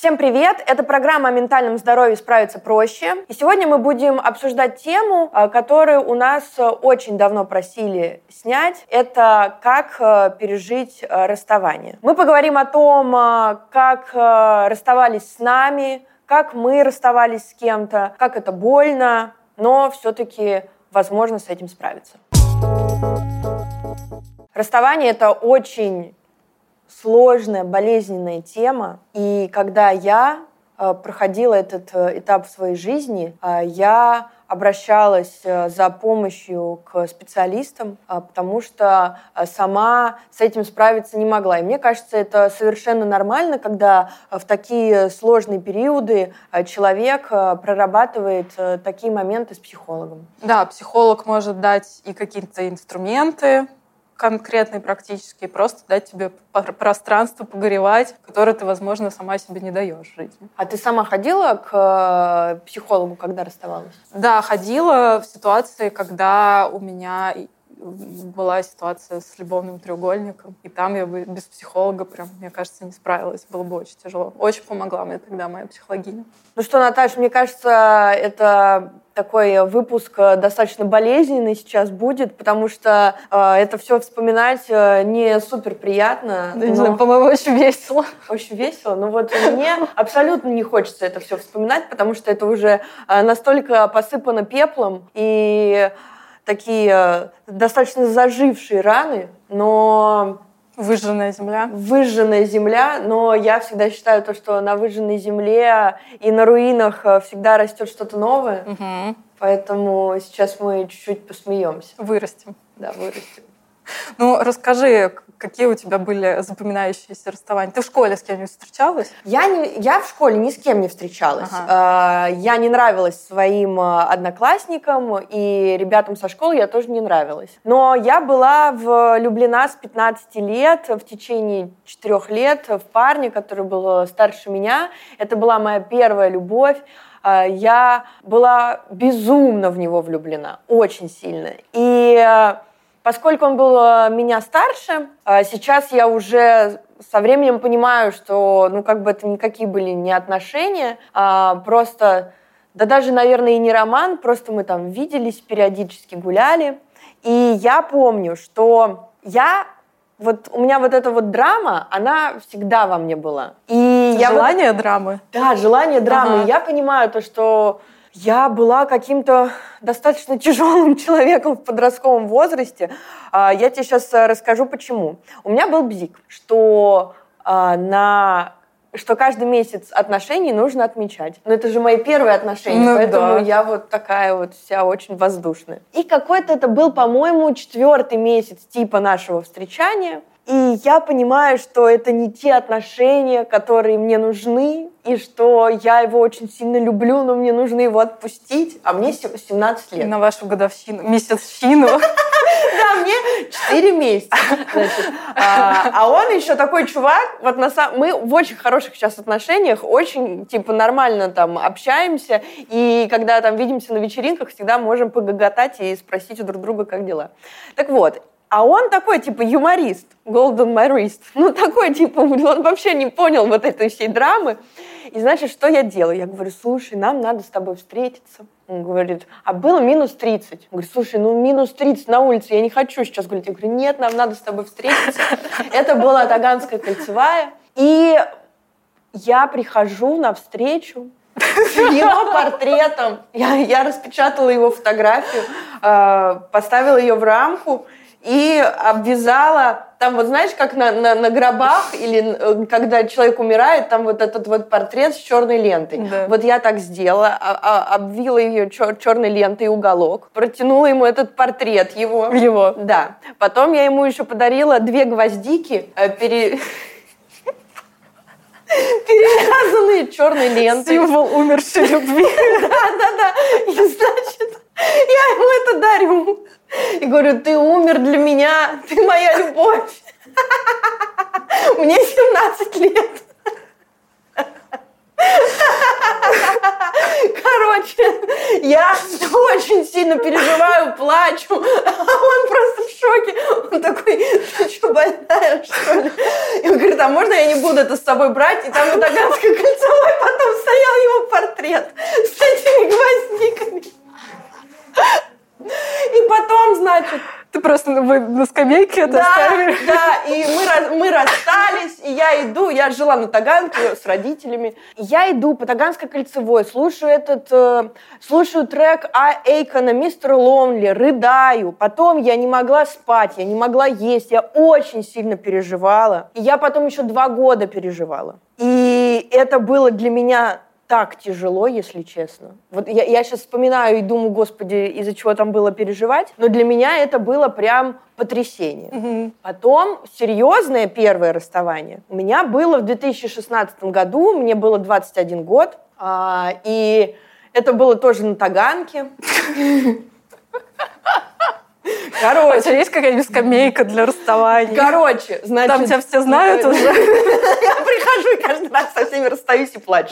Всем привет! Это программа о ментальном здоровье «Справиться проще». И сегодня мы будем обсуждать тему, которую у нас очень давно просили снять. Это как пережить расставание. Мы поговорим о том, как расставались с нами, как мы расставались с кем-то, как это больно, но все-таки возможно с этим справиться. Расставание – это очень сложная, болезненная тема. И когда я проходила этот этап в своей жизни, я обращалась за помощью к специалистам, потому что сама с этим справиться не могла. И мне кажется, это совершенно нормально, когда в такие сложные периоды человек прорабатывает такие моменты с психологом. Да, психолог может дать и какие-то инструменты, конкретные практически, просто дать тебе пространство погоревать, которое ты, возможно, сама себе не даешь в жизни. А ты сама ходила к психологу, когда расставалась? Да, ходила в ситуации, когда у меня была ситуация с любовным треугольником, и там я бы без психолога прям, мне кажется, не справилась. Было бы очень тяжело. Очень помогла мне тогда моя психологиня. Ну что, Наташа, мне кажется, это такой выпуск достаточно болезненный сейчас будет, потому что это все вспоминать не супер приятно. Да, не знаю, по-моему, очень весело. Очень весело. Но вот мне абсолютно не хочется это все вспоминать, потому что это уже настолько посыпано пеплом и такие достаточно зажившие раны, но... Выжженная земля. Выжженная земля, но я всегда считаю то, что на выжженной земле и на руинах всегда растет что-то новое. Угу. Поэтому сейчас мы чуть-чуть посмеемся. Вырастем. Да, вырастем. Ну, расскажи, какие у тебя были запоминающиеся расставания? Ты в школе с кем-нибудь встречалась? Я в школе ни с кем не встречалась. Ага. Я не нравилась своим одноклассникам, и ребятам со школы я тоже не нравилась. Но я была влюблена с 15 лет, в течение 4 лет, в парня, который был старше меня. Это была моя первая любовь. Я была безумно в него влюблена, очень сильно. И поскольку он был меня старше, сейчас я уже со временем понимаю, что это никакие были не отношения, просто, да даже, наверное, и не роман, просто мы там виделись, периодически гуляли. И я помню, что у меня вот эта вот драма, она всегда во мне была. И желание драмы? Да, желание драмы. Ага. И я понимаю то, что я была каким-то достаточно тяжелым человеком в подростковом возрасте. Я тебе сейчас расскажу, почему. У меня был бзик, что каждый месяц отношений нужно отмечать. Но это же мои первые отношения, поэтому да. Я вот такая вот вся очень воздушная. И какой-то это был, по-моему, 4-й месяц типа нашего встречания. И я понимаю, что это не те отношения, которые мне нужны, и что я его очень сильно люблю, но мне нужно его отпустить, а мне 17 лет. И на вашу годовщину, месячщину. Да, мне 4 месяца. А он еще такой чувак, мы в очень хороших сейчас отношениях, очень нормально там общаемся, и когда там видимся на вечеринках, всегда можем погоготать и спросить у друг друга, как дела. Так вот, а он такой, юморист, Golden Marist. Такой, он вообще не понял вот этой всей драмы. И значит, что я делаю? Я говорю, слушай, нам надо с тобой встретиться. Он говорит, а было минус 30. Я говорю, слушай, минус 30 на улице, я не хочу сейчас гулять. Я говорю, нет, нам надо с тобой встретиться. Это была Таганская кольцевая. И я прихожу на встречу с его портретом. Я распечатала его фотографию, поставила ее в рамку, и обвязала, там знаешь, как на гробах, или когда человек умирает, там вот этот вот портрет с черной лентой. Да. Вот я так сделала, обвила ее черной лентой уголок, протянула ему этот портрет его. Да. Потом я ему еще подарила 2 гвоздики, перевязанные черной лентой. Символ умершей любви. Да. И значит, я ему это дарю. И говорю, ты умер для меня, ты моя любовь. Мне 17 лет. Короче, я очень сильно переживаю, плачу, а он просто в шоке. Он такой, ты что, больная, что ли? И он говорит, а можно я не буду это с собой брать? И там на Таганской кольцевой потом стоял его портрет с этими гвоздиками. И потом, значит... Ты просто вы на скамейке это оставили? Да, и мы расстались, и я жила на Таганке с родителями. Я иду по Таганской кольцевой, слушаю трек Эйкона «Мистер Лонли», рыдаю. Потом я не могла спать, я не могла есть, я очень сильно переживала. И я потом еще 2 года переживала. И это было для меня... так тяжело, если честно. Вот я сейчас вспоминаю и думаю, господи, из-за чего там было переживать, но для меня это было прям потрясение. Угу. Потом серьезное первое расставание у меня было в 2016 году, мне было 21 год, и это было тоже на Таганке. Короче, у тебя есть какая-нибудь скамейка для расставания? Короче, значит... Там тебя все знают уже? Я прихожу и каждый раз со всеми расстаюсь и плачу.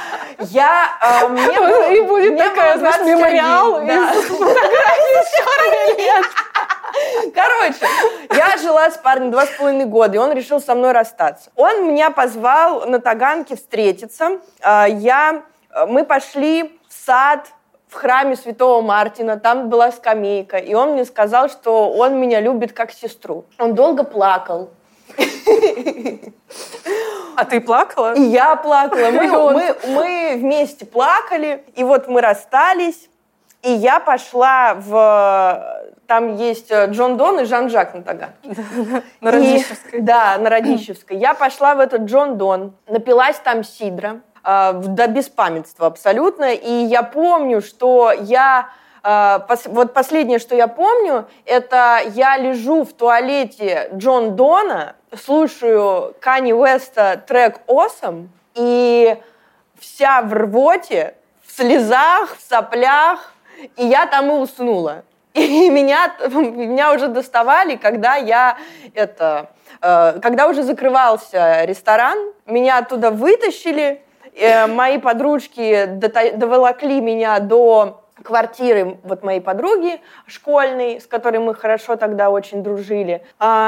И будет такая, знаешь, мемориал из фотографий с черных лет. Короче, я жила с парнем 2,5 года, и он решил со мной расстаться. Он меня позвал на Таганке встретиться. Мы пошли в сад, в храме Святого Мартина, там была скамейка, и он мне сказал, что он меня любит как сестру. Он долго плакал. А ты плакала? И я плакала. Мы вместе плакали, и вот мы расстались, и я пошла Там есть Джон Дон и Жан-Жак на Таганке. На Радищевской. Да, на Радищевской. Я пошла в этот Джон Дон, напилась там сидра, до беспамятства абсолютно. И я помню, что вот последнее, что я помню, это я лежу в туалете Джон Дона, слушаю Канье Уэста трек «Awesome», и вся в рвоте, в слезах, в соплях, и я там и уснула. И меня уже доставали, когда уже закрывался ресторан, меня оттуда вытащили, мои подружки доволокли меня до квартиры моей подруги школьной, с которой мы хорошо тогда очень дружили.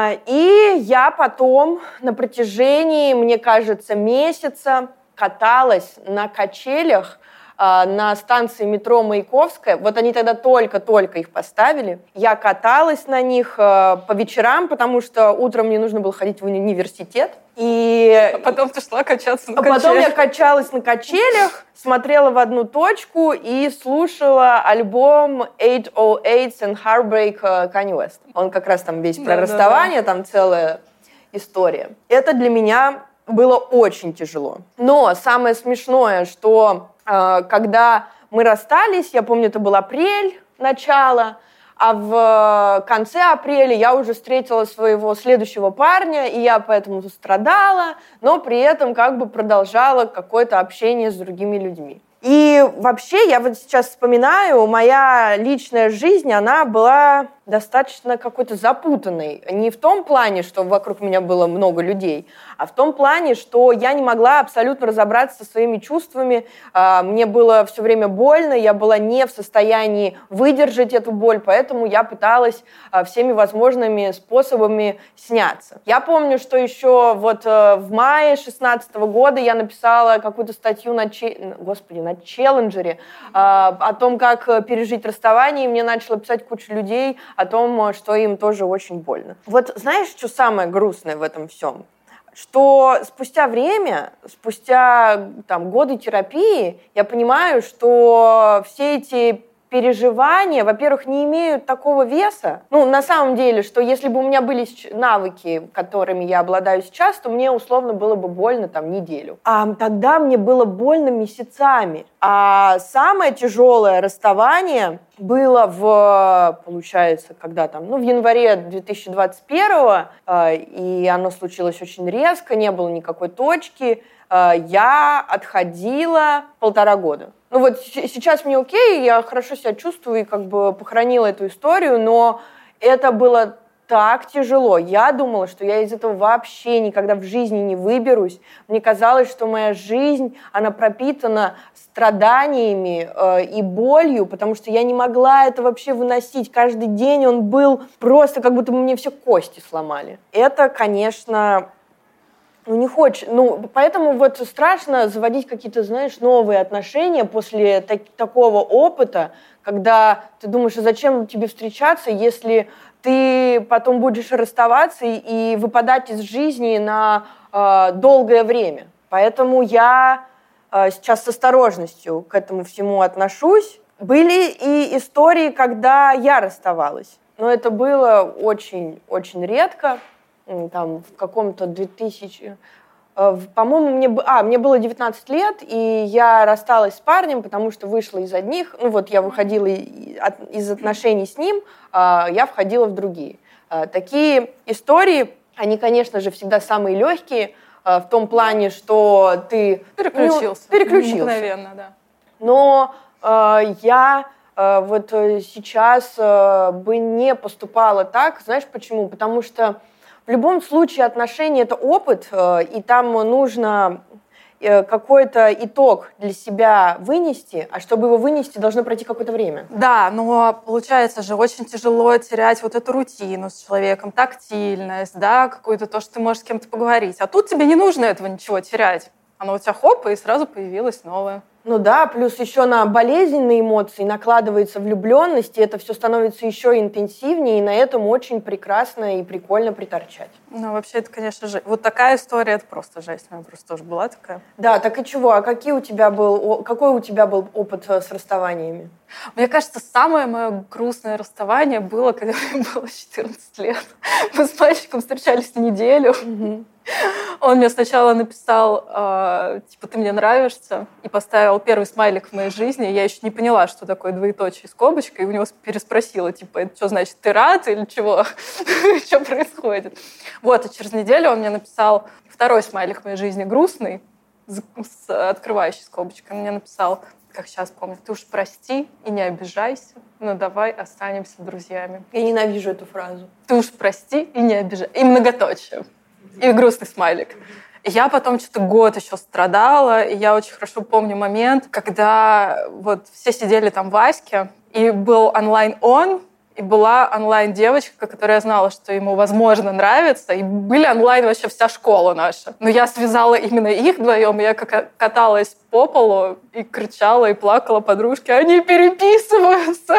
И я потом на протяжении, мне кажется, месяца каталась на качелях на станции метро Маяковская. Вот они тогда только-только их поставили. Я каталась на них по вечерам, потому что утром мне нужно было ходить в университет. А потом ты шла качаться на качелях. Потом я качалась на качелях, смотрела в одну точку и слушала альбом 808 and Heartbreak Kanye West. Он как раз там весь про расставание, там целая история. Это для меня было очень тяжело. Но самое смешное, что когда мы расстались, я помню, это был апрель, начало, а в конце апреля я уже встретила своего следующего парня, и я поэтому страдала, но при этом как бы продолжала какое-то общение с другими людьми. И вообще, я вот сейчас вспоминаю, моя личная жизнь, она была достаточно какой-то запутанной. Не в том плане, что вокруг меня было много людей, а в том плане, что я не могла абсолютно разобраться со своими чувствами. Мне было все время больно, я была не в состоянии выдержать эту боль, поэтому я пыталась всеми возможными способами сняться. Я помню, что еще вот в мае 2016 года я написала какую-то статью на Челленджере о том, как пережить расставание, и мне начала писать куча людей о том, что им тоже очень больно. Вот знаешь, что самое грустное в этом всем? Что спустя время, спустя годы терапии, я понимаю, что все эти переживания, во-первых, не имеют такого веса. На самом деле, что если бы у меня были навыки, которыми я обладаю сейчас, то мне условно было бы больно неделю. А тогда мне было больно месяцами. А самое тяжелое расставание было получается, когда в январе 2021, и оно случилось очень резко, не было никакой точки. Я отходила 1,5 года. Сейчас мне окей, я хорошо себя чувствую и похоронила эту историю, но это было так тяжело. Я думала, что я из этого вообще никогда в жизни не выберусь. Мне казалось, что моя жизнь, она пропитана страданиями и болью, потому что я не могла это вообще выносить. Каждый день он был просто, как будто бы мне все кости сломали. Это, конечно, Ну, не хочешь. Ну, поэтому вот страшно заводить какие-то, знаешь, новые отношения после такого опыта, когда ты думаешь, а зачем тебе встречаться, если ты потом будешь расставаться и выпадать из жизни на долгое время. Поэтому я сейчас с осторожностью к этому всему отношусь. Были и истории, когда я расставалась. Но это было очень-очень редко. Там в каком-то 2000... По-моему, мне было 19 лет, и я рассталась с парнем, потому что вышла из одних. Ну вот я выходила из отношений с ним, я входила в другие. Такие истории, они, конечно же, всегда самые легкие, в том плане, что ты... Переключился. Мгновенно, да. Но я вот сейчас бы не поступала так. Знаешь почему? Потому что в любом случае отношения – это опыт, и там нужно какой-то итог для себя вынести, а чтобы его вынести, должно пройти какое-то время. Да, но получается же очень тяжело терять вот эту рутину с человеком, тактильность, да, какую-то то, что ты можешь с кем-то поговорить. А тут тебе не нужно этого ничего терять. Оно у тебя хоп, и сразу появилось новое. Ну да, плюс еще на болезненные эмоции накладывается влюбленность, и это все становится еще интенсивнее, и на этом очень прекрасно и прикольно приторчать. Ну, вообще, это, конечно же... Вот такая история, это просто жесть. У меня просто тоже была такая. Да, так и чего? А какой у тебя был опыт с расставаниями? Мне кажется, самое мое грустное расставание было, когда мне было 14 лет. Мы с мальчиком встречались неделю. Он мне сначала написал, типа, ты мне нравишься, и поставил первый смайлик в моей жизни. Я еще не поняла, что такое двоеточие скобочка, и у него переспросила, типа, это что значит, ты рад или чего? Что происходит? Вот, и через неделю он мне написал второй смайлик в моей жизни, грустный, с открывающей скобочкой. Он мне написал, как сейчас помню, ты уж прости и не обижайся, но давай останемся друзьями. Я ненавижу эту фразу. Ты уж прости и не обижайся. И многоточие. И грустный смайлик. И я потом что-то год еще страдала, и я очень хорошо помню момент, когда вот все сидели там в Аське, и был онлайн-он, и была онлайн-девочка, которая знала, что ему, возможно, нравится, и были онлайн вообще вся школа наша. Но я связала именно их вдвоем, и я каталась по полу и кричала, и плакала подружке, они переписываются.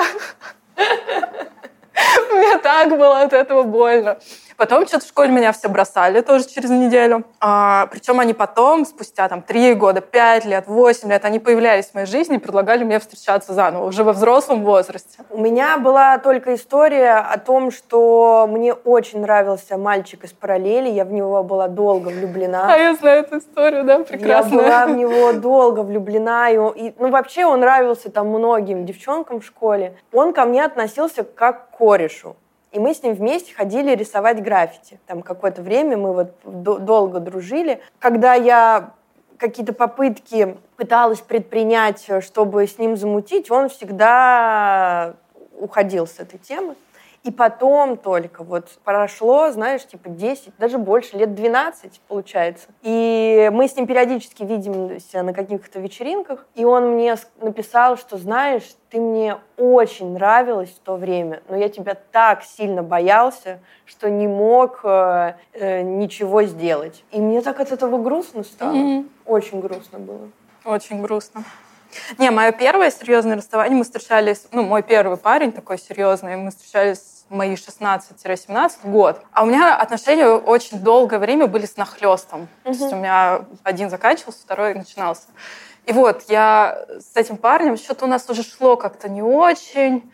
Мне так было от этого больно. Потом что-то в школе меня все бросали тоже через неделю. Причем они потом, спустя 3 года, 5 лет, 8 лет, они появлялись в моей жизни и предлагали мне встречаться заново, уже во взрослом возрасте. У меня была только история о том, что мне очень нравился мальчик из параллели, я в него была долго влюблена. А я знаю эту историю, да, прекрасно. Я была в него долго влюблена, вообще он нравился там многим девчонкам в школе. Он ко мне относился как к корешу. И мы с ним вместе ходили рисовать граффити. Там какое-то время мы вот долго дружили. Когда я какие-то попытки пыталась предпринять, чтобы с ним замутить, он всегда уходил с этой темы. И потом только вот прошло, знаешь, 10, даже больше, лет 12, получается. И мы с ним периодически видимся на каких-то вечеринках, и он мне написал, что, знаешь, ты мне очень нравилась в то время, но я тебя так сильно боялся, что не мог ничего сделать. И мне так от этого грустно стало. Очень грустно было. Очень грустно. Не, мое первое серьезное расставание, мы встречались, мой первый парень такой серьезный, мы встречались мои 16-17 год. А у меня отношения очень долгое время были с нахлёстом. То есть у меня один заканчивался, второй начинался. И вот я с этим парнем, что-то у нас уже шло как-то не очень,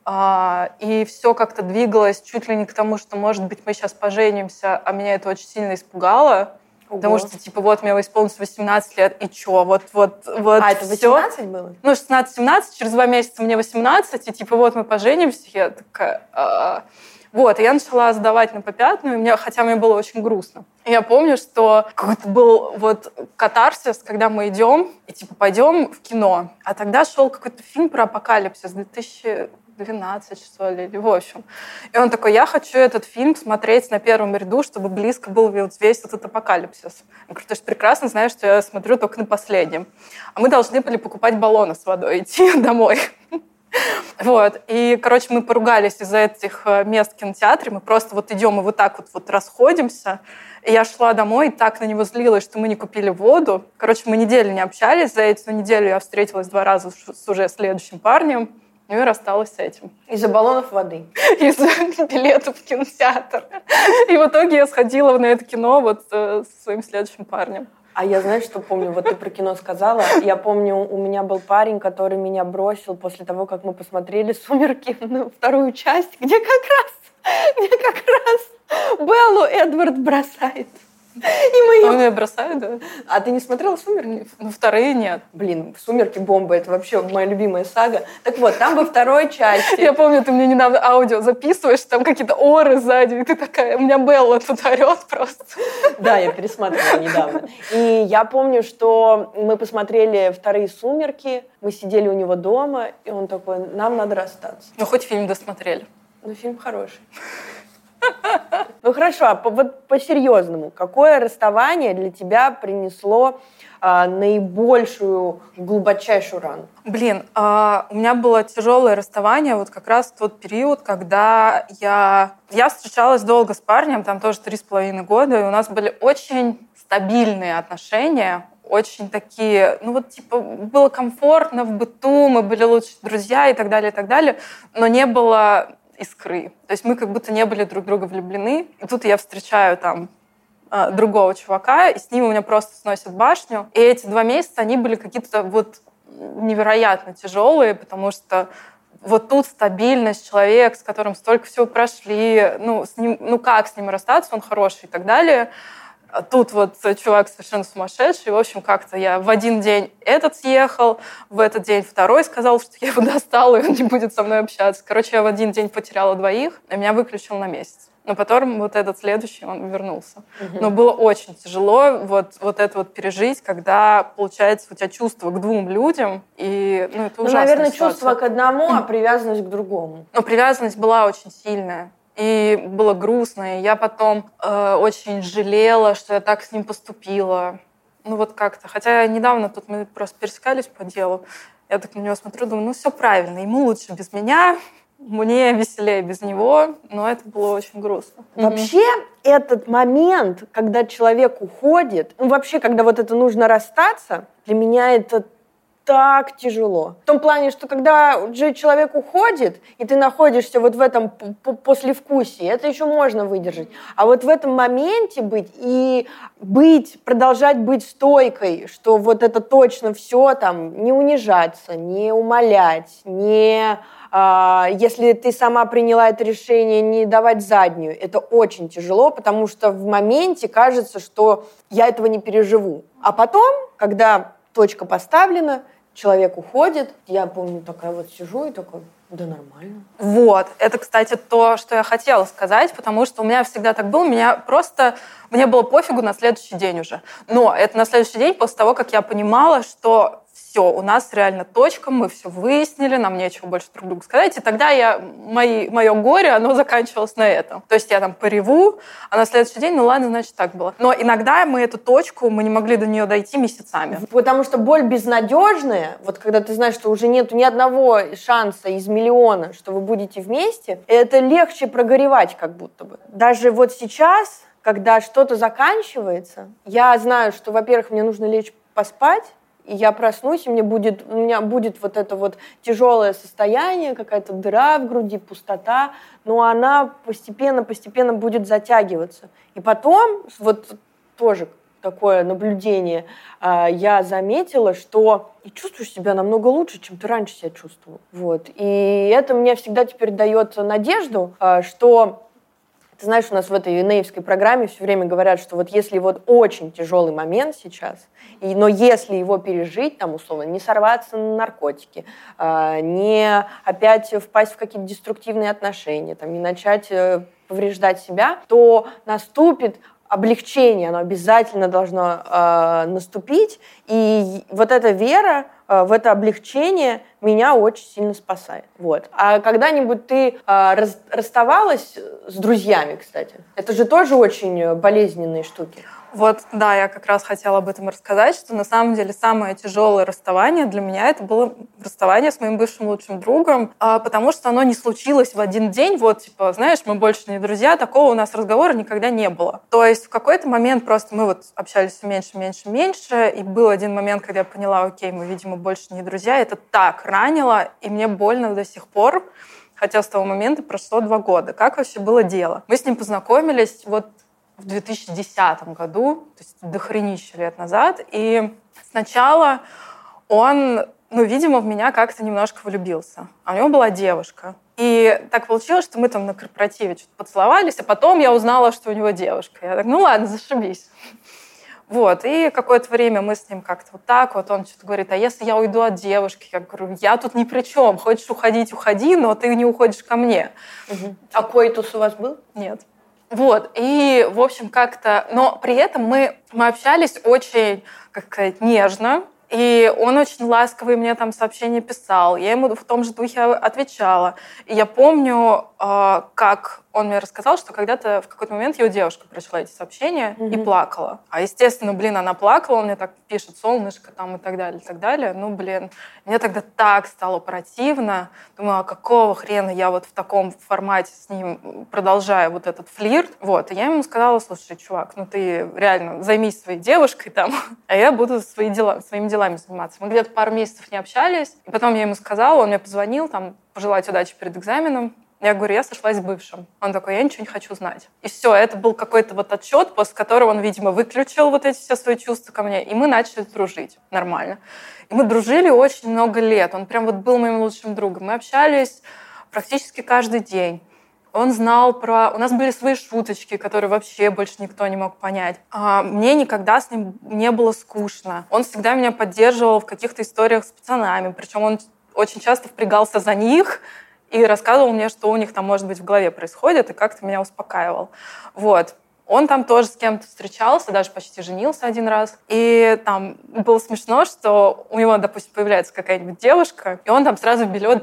и все как-то двигалось чуть ли не к тому, что, может быть, мы сейчас поженимся, а меня это очень сильно испугало. Ого. Потому что, вот, мне исполнилось 18 лет, и чё, вот. А это 18 было? 16-17, через 2 месяца мне 18, и, вот, мы поженимся, я такая... Вот, и я начала сдавать на попятную, хотя мне было очень грустно. И я помню, что какой-то был вот катарсис, когда мы идем, и, пойдем в кино. А тогда шел какой-то фильм про апокалипсис, 2012, что ли, или в общем. И он такой, я хочу этот фильм смотреть на первом ряду, чтобы близко был весь этот апокалипсис. Я говорю, ты же прекрасно знаешь, что я смотрю только на последнем. А мы должны были покупать баллоны с водой, идти домой. Вот. И, короче, мы поругались из-за этих мест в кинотеатре. Мы просто вот идем и вот так вот расходимся. И я шла домой и так на него злилась, что мы не купили воду. Короче, мы неделю не общались. За эту неделю я встретилась 2 раза с уже следующим парнем. Ну и рассталась с этим. Из-за баллонов воды. Из-за билетов в кинотеатр. И в итоге я сходила на это кино вот со своим следующим парнем. А я, знаешь, что помню? Вот ты про кино сказала. Я помню, у меня был парень, который меня бросил после того, как мы посмотрели «Сумерки», вторую часть, где как раз Беллу Эдвард бросает. И Он ее бросает, да? А ты не смотрела «Сумерки»? Ну, вторые нет. Блин, «Сумерки» бомба, это вообще моя любимая сага. Так вот, там во второй части... Я помню, ты мне недавно аудио записываешь, там какие-то оры сзади, и ты такая, у меня Белла тут орет просто. Да, я пересматривала недавно. И я помню, что мы посмотрели вторые «Сумерки», мы сидели у него дома, и он такой, нам надо расстаться. Ну, хоть фильм досмотрели. Ну, фильм хороший. Ну, хорошо, а вот по-серьезному, какое расставание для тебя принесло наибольшую, глубочайшую рану? Блин, у меня было тяжелое расставание вот как раз в тот период, когда я встречалась долго с парнем, там тоже 3,5 года, и у нас были очень стабильные отношения, очень такие, ну вот типа было комфортно в быту, мы были лучшие друзья и так далее, но не было искры. То есть мы как будто не были друг в друга влюблены. И тут я встречаю там другого чувака, и с ним у меня просто сносят башню. И эти 2 месяца, они были какие-то вот невероятно тяжелые, потому что вот тут стабильность, человек, с которым столько всего прошли, ну, с ним, ну как с ним расстаться, он хороший и так далее. А тут вот чувак совершенно сумасшедший. В общем, как-то я в один день этот съехал, в этот день второй сказал, что я его достала, и он не будет со мной общаться. Короче, я в один день потеряла 2, и меня выключил на месяц. Но потом вот этот следующий, он вернулся. Но было очень тяжело вот это вот пережить, когда, получается, у тебя чувство к 2 людям, и ну, это ужасная наверное, ситуация. чувство к одному, а привязанность к другому. Но привязанность была очень сильная. И было грустно. И я потом очень жалела, что я так с ним поступила. Ну вот как-то. Хотя недавно тут мы просто пересекались по делу. Я так на него смотрю, думаю, ну все правильно. Ему лучше без меня, мне веселее без него. Но это было очень грустно. Вообще этот момент, когда человек уходит, ну вообще, когда вот это нужно расстаться, для меня это так тяжело. В том плане, что когда уже человек уходит, и ты находишься вот в этом послевкусии, это еще можно выдержать. А вот в этом моменте продолжать быть стойкой, что вот это точно все там, не унижаться, не умолять, если ты сама приняла это решение, не давать заднюю. Это очень тяжело, потому что в моменте кажется, что я этого не переживу. А потом, когда точка поставлена, человек уходит, я помню, такая вот сижу и такой, да нормально. Вот. Это, кстати, то, что я хотела сказать, потому что у меня всегда так было, мне было пофигу на следующий день уже. Но это на следующий день после того, как я понимала, что все, у нас реально точка, мы все выяснили, нам нечего больше друг другу сказать. И тогда мое горе, оно заканчивалось на этом. То есть я там пореву, а на следующий день, ну ладно, значит, так было. Но иногда мы эту точку, мы не могли до нее дойти месяцами. Потому что боль безнадежная, вот когда ты знаешь, что уже нет ни одного шанса из миллиона, что вы будете вместе, это легче прогоревать как будто бы. Даже вот сейчас, когда что-то заканчивается, я знаю, что, во-первых, мне нужно лечь поспать, и я проснусь, и у меня будет вот это вот тяжелое состояние, какая-то дыра в груди, пустота, но она постепенно будет затягиваться. И потом, вот тоже такое наблюдение, я заметила, что и чувствуешь себя намного лучше, чем ты раньше себя чувствовал. Вот. И это мне всегда теперь дает надежду, что... Ты знаешь, у нас в этой ЮНЕевской программе все время говорят, что вот если вот очень тяжелый момент сейчас, но если его пережить, там, условно, не сорваться на наркотики, не опять впасть в какие-то деструктивные отношения, там, не начать повреждать себя, то наступит облегчение, оно обязательно должно наступить. И вот эта вера в это облегчение меня очень сильно спасает. Вот. А когда-нибудь ты расставалась с друзьями, кстати? Это же тоже очень болезненные штуки. Вот, да, я как раз хотела об этом рассказать, что на самом деле самое тяжелое расставание для меня это было расставание с моим бывшим лучшим другом, потому что оно не случилось в один день, вот, типа, знаешь, мы больше не друзья, такого у нас разговора никогда не было. То есть в какой-то момент просто мы вот общались все меньше, и был один момент, когда я поняла, окей, мы, видимо, больше не друзья, это так ранило, и мне больно до сих пор, хотя с того момента прошло 2 года. Как вообще было дело? Мы с ним познакомились вот в 2010 году, то есть дохренища лет назад. И сначала он, видимо, в меня как-то немножко влюбился. А у него была девушка. И так получилось, что мы там на корпоративе что-то поцеловались, а потом я узнала, что у него девушка. Я так, ладно, зашибись. Вот, и какое-то время мы с ним как-то вот так вот, он что-то говорит, а если я уйду от девушки? Я говорю, я тут ни при чем, хочешь уходить, уходи, но ты не уходишь ко мне. Угу. А коитус у вас был? Нет. Вот, и, в общем, как-то... Но при этом мы общались очень, как сказать, нежно, и он очень ласковый мне там сообщения писал, я ему в том же духе отвечала. И я помню, как он мне рассказал, что когда-то в какой-то момент его девушка прочла эти сообщения и плакала. А, естественно, она плакала, он мне так пишет, солнышко там и так далее, и так далее. Мне тогда так стало противно. Думаю, а какого хрена я вот в таком формате с ним продолжаю вот этот флирт? Вот, и я ему сказала, слушай, чувак, ты реально займись своей девушкой там, а я буду своими делами заниматься. Мы где-то пару месяцев не общались, и потом я ему сказала, он мне позвонил, там, пожелать удачи перед экзаменом. Я говорю, я сошлась с бывшим. Он такой, я ничего не хочу знать. И все, это был какой-то вот отчет, после которого он, видимо, выключил вот эти все свои чувства ко мне, и мы начали дружить нормально. И мы дружили очень много лет. Он прям вот был моим лучшим другом. Мы общались практически каждый день. Он знал про... У нас были свои шуточки, которые вообще больше никто не мог понять. Мне никогда с ним не было скучно. Он всегда меня поддерживал в каких-то историях с пацанами. Причем он очень часто впрягался за них и рассказывал мне, что у них там, может быть, в голове происходит, и как-то меня успокаивал. Вот. Он там тоже с кем-то встречался, даже почти женился один раз. И там было смешно, что у него, допустим, появляется какая-нибудь девушка, и он там сразу берет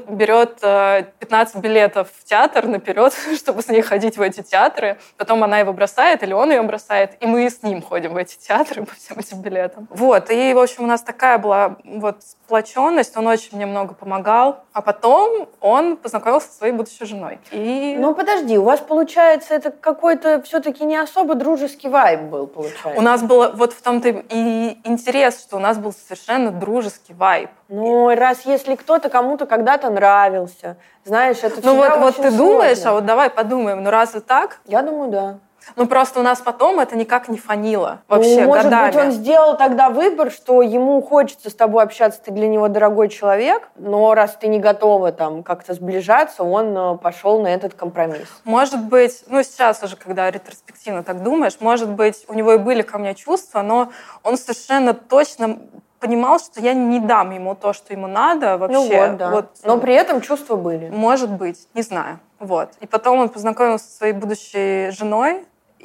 15 билетов в театр наперед, чтобы с ней ходить в эти театры. Потом она его бросает, или он ее бросает, и мы с ним ходим в эти театры по всем этим билетам. Вот. И, в общем, у нас такая была вот сплоченность, он очень мне много помогал. А потом он познакомился со своей будущей женой. Ну, подожди, у вас, получается, это какой-то все-таки не особо дружеский вайб был, получается. У нас было, вот в том-то и интерес, что у нас был совершенно дружеский вайб. Ну, раз если кто-то кому-то когда-то нравился, знаешь, это всегда очень вот ты сложно. думаешь, а вот давай подумаем, разве так? Я думаю, да. Просто у нас потом это никак не фанило вообще может годами. Быть, он сделал тогда выбор, что ему хочется с тобой общаться, ты для него дорогой человек, но раз ты не готова там как-то сближаться, он пошел на этот компромисс. Может быть, сейчас уже, когда ретроспективно так думаешь, может быть, у него и были ко мне чувства, но он совершенно точно понимал, что я не дам ему то, что ему надо вообще. Но при этом чувства были. Может быть, не знаю. Вот. И потом он познакомился со своей будущей женой,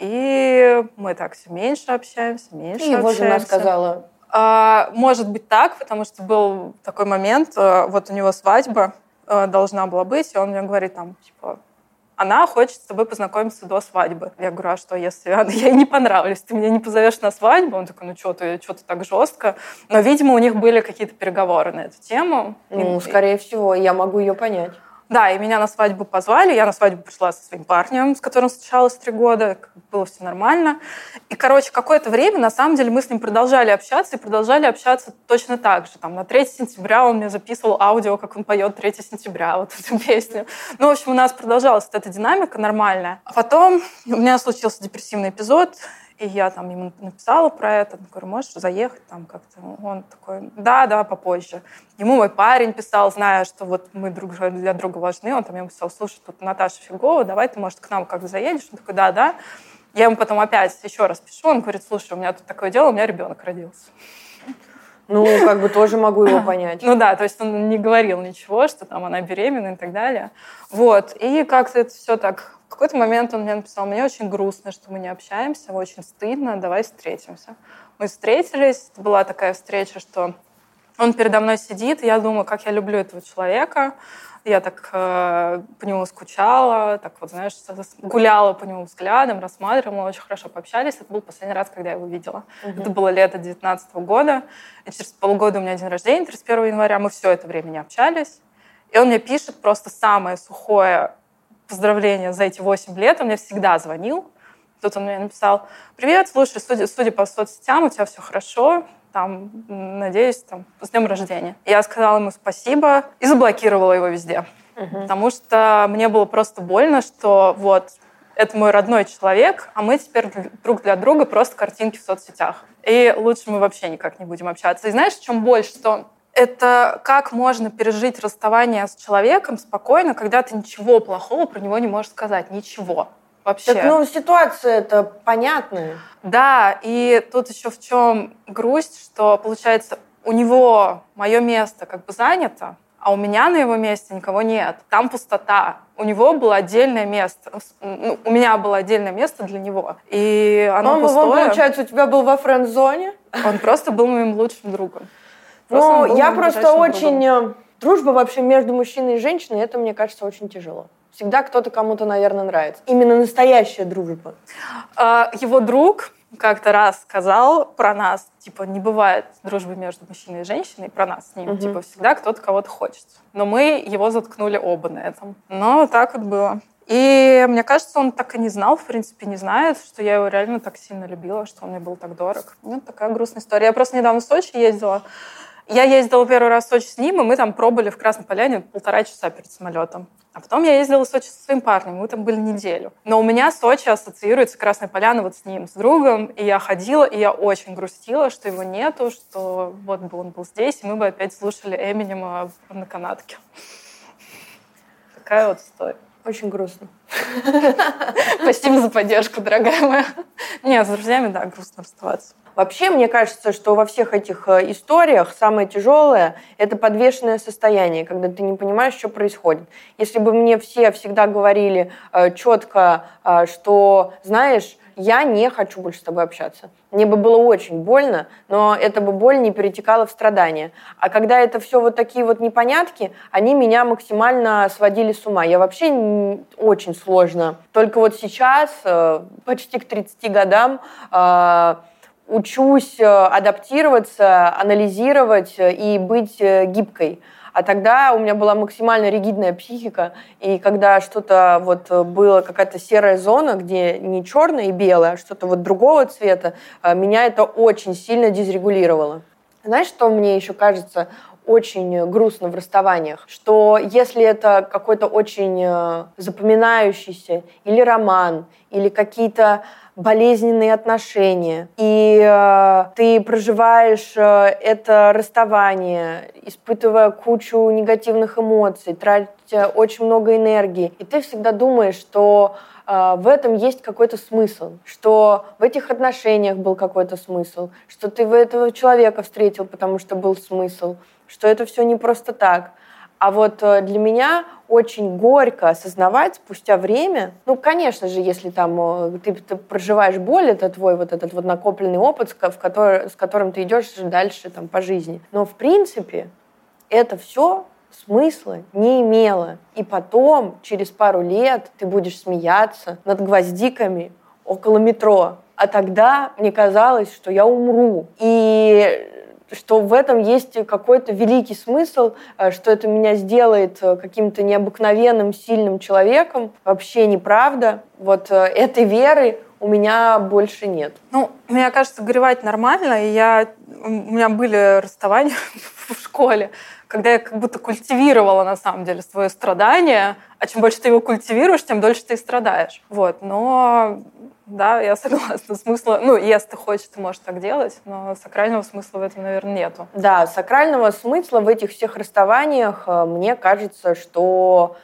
и мы так все меньше общаемся. И его жена сказала... Может быть так, потому что был такой момент, вот у него свадьба должна была быть, и он мне говорит там, типа, она хочет с тобой познакомиться до свадьбы. Я говорю, а что, если я ей не понравлюсь, ты меня не позовешь на свадьбу? Он такой, что ты так жестко? Но, видимо, у них были какие-то переговоры на эту тему. Скорее всего, я могу ее понять. Да, и меня на свадьбу позвали. Я на свадьбу пришла со своим парнем, с которым встречалась 3 года. Было все нормально. И, какое-то время, на самом деле, мы с ним продолжали общаться, и продолжали общаться точно так же. Там, на 3 сентября он мне записывал аудио, как он поет 3 сентября, вот эту песню. В общем, у нас продолжалась вот эта динамика нормальная. А потом у меня случился депрессивный эпизод, и я там ему написала про это. Говорю, можешь заехать там как-то? Он такой, да, попозже. Ему мой парень писал, зная, что вот мы друг для друга важны. Он там ему писал, слушай, тут Наташа фигова, давай ты, может, к нам как-то заедешь? Он такой, да. Я ему потом опять еще раз пишу. Он говорит, слушай, у меня тут такое дело, у меня ребенок родился. Тоже могу его понять. То есть он не говорил ничего, что там она беременна и так далее. Вот. И как-то это все так... В какой-то момент он мне написал, мне очень грустно, что мы не общаемся, очень стыдно, давай встретимся. Мы встретились, это была такая встреча, что он передо мной сидит, и я думаю, как я люблю этого человека, Я так по нему скучала, так вот, знаешь, гуляла по нему взглядом, рассматривала, мы очень хорошо пообщались. Это был последний раз, когда я его видела. Это было лето 2019 года. И через полгода у меня день рождения, 31 января. Мы все это время не общались. И он мне пишет просто самое сухое поздравление за эти 8 лет. Он мне всегда звонил. Тут он мне написал: «Привет, слушай, судя по соцсетям, у тебя все хорошо. Там, надеюсь, там, с днем рождения». Я сказала ему спасибо и заблокировала его везде. Потому что мне было просто больно, что вот это мой родной человек, а мы теперь друг для друга просто картинки в соцсетях. И лучше мы вообще никак не будем общаться. И знаешь, в чем боль? Что это как можно пережить расставание с человеком спокойно, когда ты ничего плохого про него не можешь сказать. Ничего. Вообще. Так, ситуация-то понятная. Да, и тут еще в чем грусть, что, получается, у него мое место как бы занято, а у меня на его месте никого нет. Там пустота. У него было отдельное место. У меня было отдельное место для него. И оно пустое. Он, получается, у тебя был во френд-зоне? Он просто был моим лучшим другом. Я просто очень... Дружба вообще между мужчиной и женщиной, это, мне кажется, очень тяжело. Всегда кто-то кому-то, наверное, нравится. Именно настоящая дружба. Его друг как-то раз сказал про нас, типа, не бывает дружбы между мужчиной и женщиной, про нас с ним. Типа, всегда кто-то кого-то хочет. Но мы его заткнули оба на этом. Но так вот было. И мне кажется, он так и не знал, в принципе, не знает, что я его реально так сильно любила, что он мне был так дорог. Такая грустная история. Я просто недавно в Сочи ездила. Я ездила первый раз в Сочи с ним, и мы там пробыли в Красной Поляне 1,5 часа перед самолетом. А потом я ездила в Сочи со своим парнем, мы там были неделю. Но у меня Сочи ассоциируется Красная Поляна вот с ним, с другом. И я ходила, и я очень грустила, что его нету, что вот бы он был здесь, и мы бы опять слушали Эминема на канатке. Такая вот история. Очень грустно. Спасибо за поддержку, дорогая моя. Нет, с друзьями, да, грустно расставаться. Вообще, мне кажется, что во всех этих историях самое тяжелое – это подвешенное состояние, когда ты не понимаешь, что происходит. Если бы мне все всегда говорили четко, что, знаешь, я не хочу больше с тобой общаться. Мне бы было очень больно, но эта бы боль не перетекала в страдания. А когда это все вот такие вот непонятки, они меня максимально сводили с ума. Я вообще очень сложно. Только вот сейчас, почти к 30 годам, учусь адаптироваться, анализировать и быть гибкой. А тогда у меня была максимально ригидная психика, и когда что-то вот было, какая-то серая зона, где не черное и белое, а что-то вот другого цвета, меня это очень сильно дезрегулировало. Знаешь, что мне еще кажется очень грустно в расставаниях? Что если это какой-то очень запоминающийся или роман, или какие-то болезненные отношения, и ты проживаешь это расставание, испытывая кучу негативных эмоций, тратя очень много энергии, и ты всегда думаешь, что в этом есть какой-то смысл, что в этих отношениях был какой-то смысл, что ты в этого человека встретил, потому что был смысл, что это все не просто так. А вот для меня очень горько осознавать спустя время, конечно же, если там ты проживаешь боль, это твой вот этот вот накопленный опыт, с которым ты идешь дальше там, по жизни. Но в принципе это все смысла не имело. И потом, через пару лет, ты будешь смеяться над гвоздиками около метро. А тогда мне казалось, что я умру. И что в этом есть какой-то великий смысл, что это меня сделает каким-то необыкновенным, сильным человеком. Вообще неправда. Вот этой веры у меня больше нет. Мне кажется, горевать нормально. И у меня были расставания в школе, когда я как будто культивировала, на самом деле, свое страдание. А чем больше ты его культивируешь, тем дольше ты и страдаешь. Но да, я согласна. Смысла, если ты хочешь, ты можешь так делать, но сакрального смысла в этом, наверное, нету. Да, сакрального смысла в этих всех расставаниях, мне кажется, что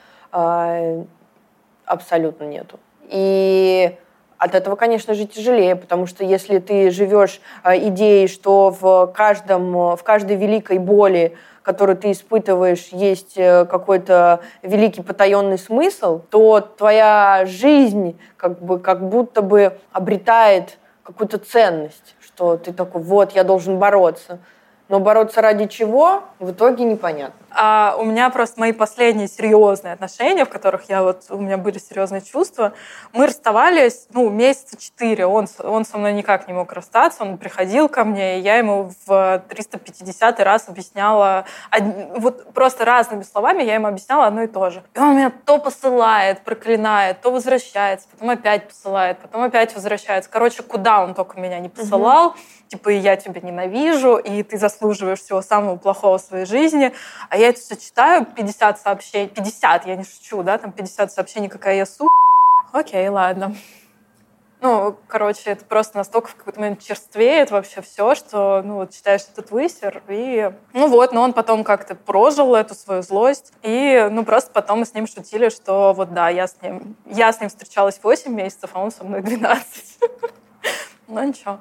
абсолютно нету. И от этого, конечно же, тяжелее, потому что если ты живешь идеей, что в каждой великой боли, которую ты испытываешь, есть какой-то великий потаенный смысл, то твоя жизнь как будто бы обретает какую-то ценность, что ты такой, вот, я должен бороться. но бороться ради чего в итоге непонятно. А у меня просто мои последние серьезные отношения, в которых у меня были серьезные чувства, мы расставались, месяца 4. Он со мной никак не мог расстаться, он приходил ко мне, и я ему в 350-й раз объясняла, просто разными словами я ему объясняла одно и то же. И он меня то посылает, проклинает, то возвращается, потом опять посылает, потом опять возвращается. Короче, куда он только меня не посылал, типа, и я тебя ненавижу, и ты заслуживаешь всего самого плохого в своей жизни. А я это все читаю, 50 сообщений, 50, я не шучу, да, там 50 сообщений, какая я Окей, ладно. Это просто настолько в какой-то момент черствеет вообще все, что, читаешь этот высер, и, но он потом как-то прожил эту свою злость, и, просто потом мы с ним шутили, что я с ним встречалась 8 месяцев, а он со мной 12. Ну, ничего.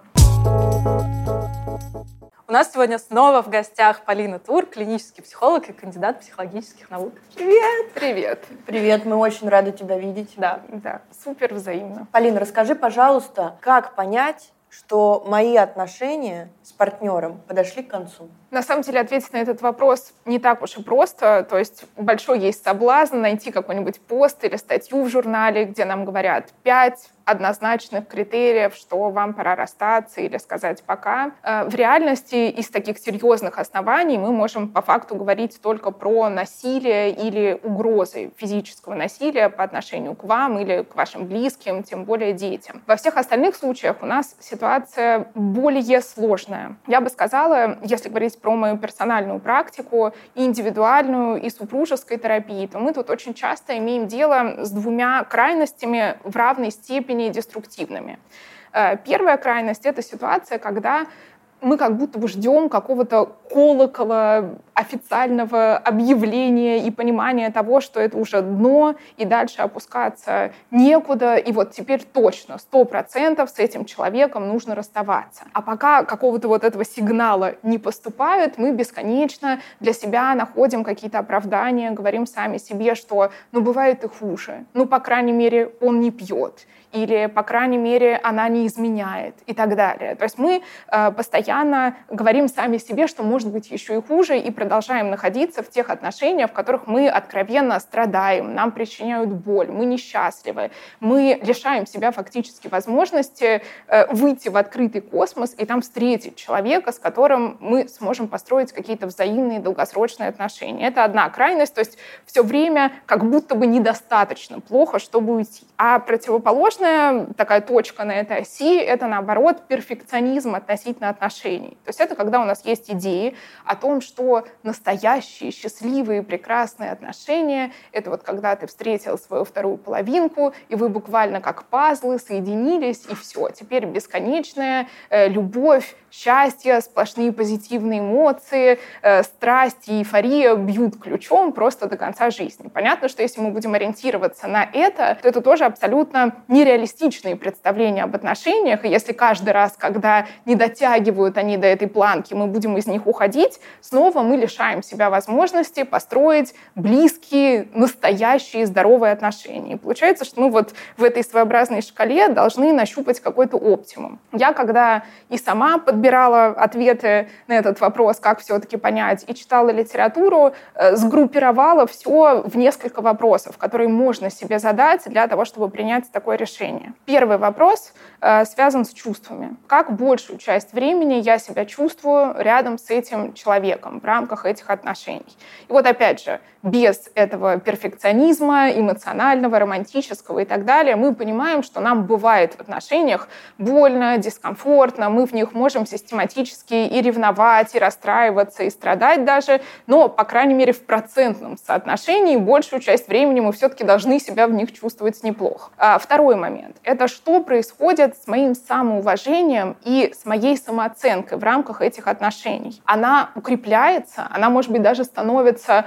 У нас сегодня снова в гостях Полина Тур, клинический психолог и кандидат психологических наук. Привет! Привет! Привет, мы очень рады тебя видеть. Да, супер взаимно. Полина, расскажи, пожалуйста, как понять, что мои отношения с партнером подошли к концу? На самом деле ответить на этот вопрос не так уж и просто. То есть большой есть соблазн найти какой-нибудь пост или статью в журнале, где нам говорят 5 однозначных критериев, что вам пора расстаться или сказать «пока». В реальности из таких серьезных оснований мы можем по факту говорить только про насилие или угрозы физического насилия по отношению к вам или к вашим близким, тем более детям. Во всех остальных случаях у нас ситуация более сложная. Я бы сказала, если говорить про мою персональную практику, и индивидуальную, и супружеской терапии, то мы тут очень часто имеем дело с двумя крайностями в равной степени деструктивными. Первая крайность — это ситуация, когда мы как будто бы ждем какого-то колокола, официального объявления и понимания того, что это уже дно, и дальше опускаться некуда, и вот теперь точно, 100% с этим человеком нужно расставаться. А пока какого-то этого сигнала не поступает, мы бесконечно для себя находим какие-то оправдания, говорим сами себе, что бывает и хуже, по крайней мере, он не пьет, или, по крайней мере, она не изменяет и так далее. То есть мы постоянно говорим сами себе, что может быть еще и хуже, и продолжаем находиться в тех отношениях, в которых мы откровенно страдаем, нам причиняют боль, мы несчастливы, мы лишаем себя фактически возможности выйти в открытый космос и там встретить человека, с которым мы сможем построить какие-то взаимные долгосрочные отношения. Это одна крайность, то есть все время как будто бы недостаточно плохо, чтобы уйти. А противоположная такая точка на этой оси — это, наоборот, перфекционизм относительно отношений. То есть это когда у нас есть идеи о том, что настоящие, счастливые, прекрасные отношения — это когда ты встретил свою вторую половинку, и вы буквально как пазлы соединились, и все. Теперь бесконечная любовь, счастье, сплошные позитивные эмоции, страсть и эйфория бьют ключом просто до конца жизни. Понятно, что если мы будем ориентироваться на это, то это тоже абсолютно нереалистичные представления об отношениях, и если каждый раз, когда не дотягивают они до этой планки, мы будем из них уходить, снова мы лишаем себя возможности построить близкие, настоящие, здоровые отношения. И получается, что мы в этой своеобразной шкале должны нащупать какой-то оптимум. Я, когда и сама подбирала ответы на этот вопрос, как все-таки понять, и читала литературу, сгруппировала все в несколько вопросов, которые можно себе задать для того, чтобы принять такое решение. Первый вопрос связан с чувствами. Как большую часть времени я себя чувствую рядом с этим человеком в рамках этих отношений? И опять же, без этого перфекционизма эмоционального, романтического и так далее, мы понимаем, что нам бывает в отношениях больно, дискомфортно, мы в них можем систематически и ревновать, и расстраиваться, и страдать даже, но, по крайней мере, в процентном соотношении большую часть времени мы все-таки должны себя в них чувствовать неплохо. Второй момент — это что происходит с моим самоуважением и с моей самооценкой в рамках этих отношений. Она укрепляется, она, может быть, даже становится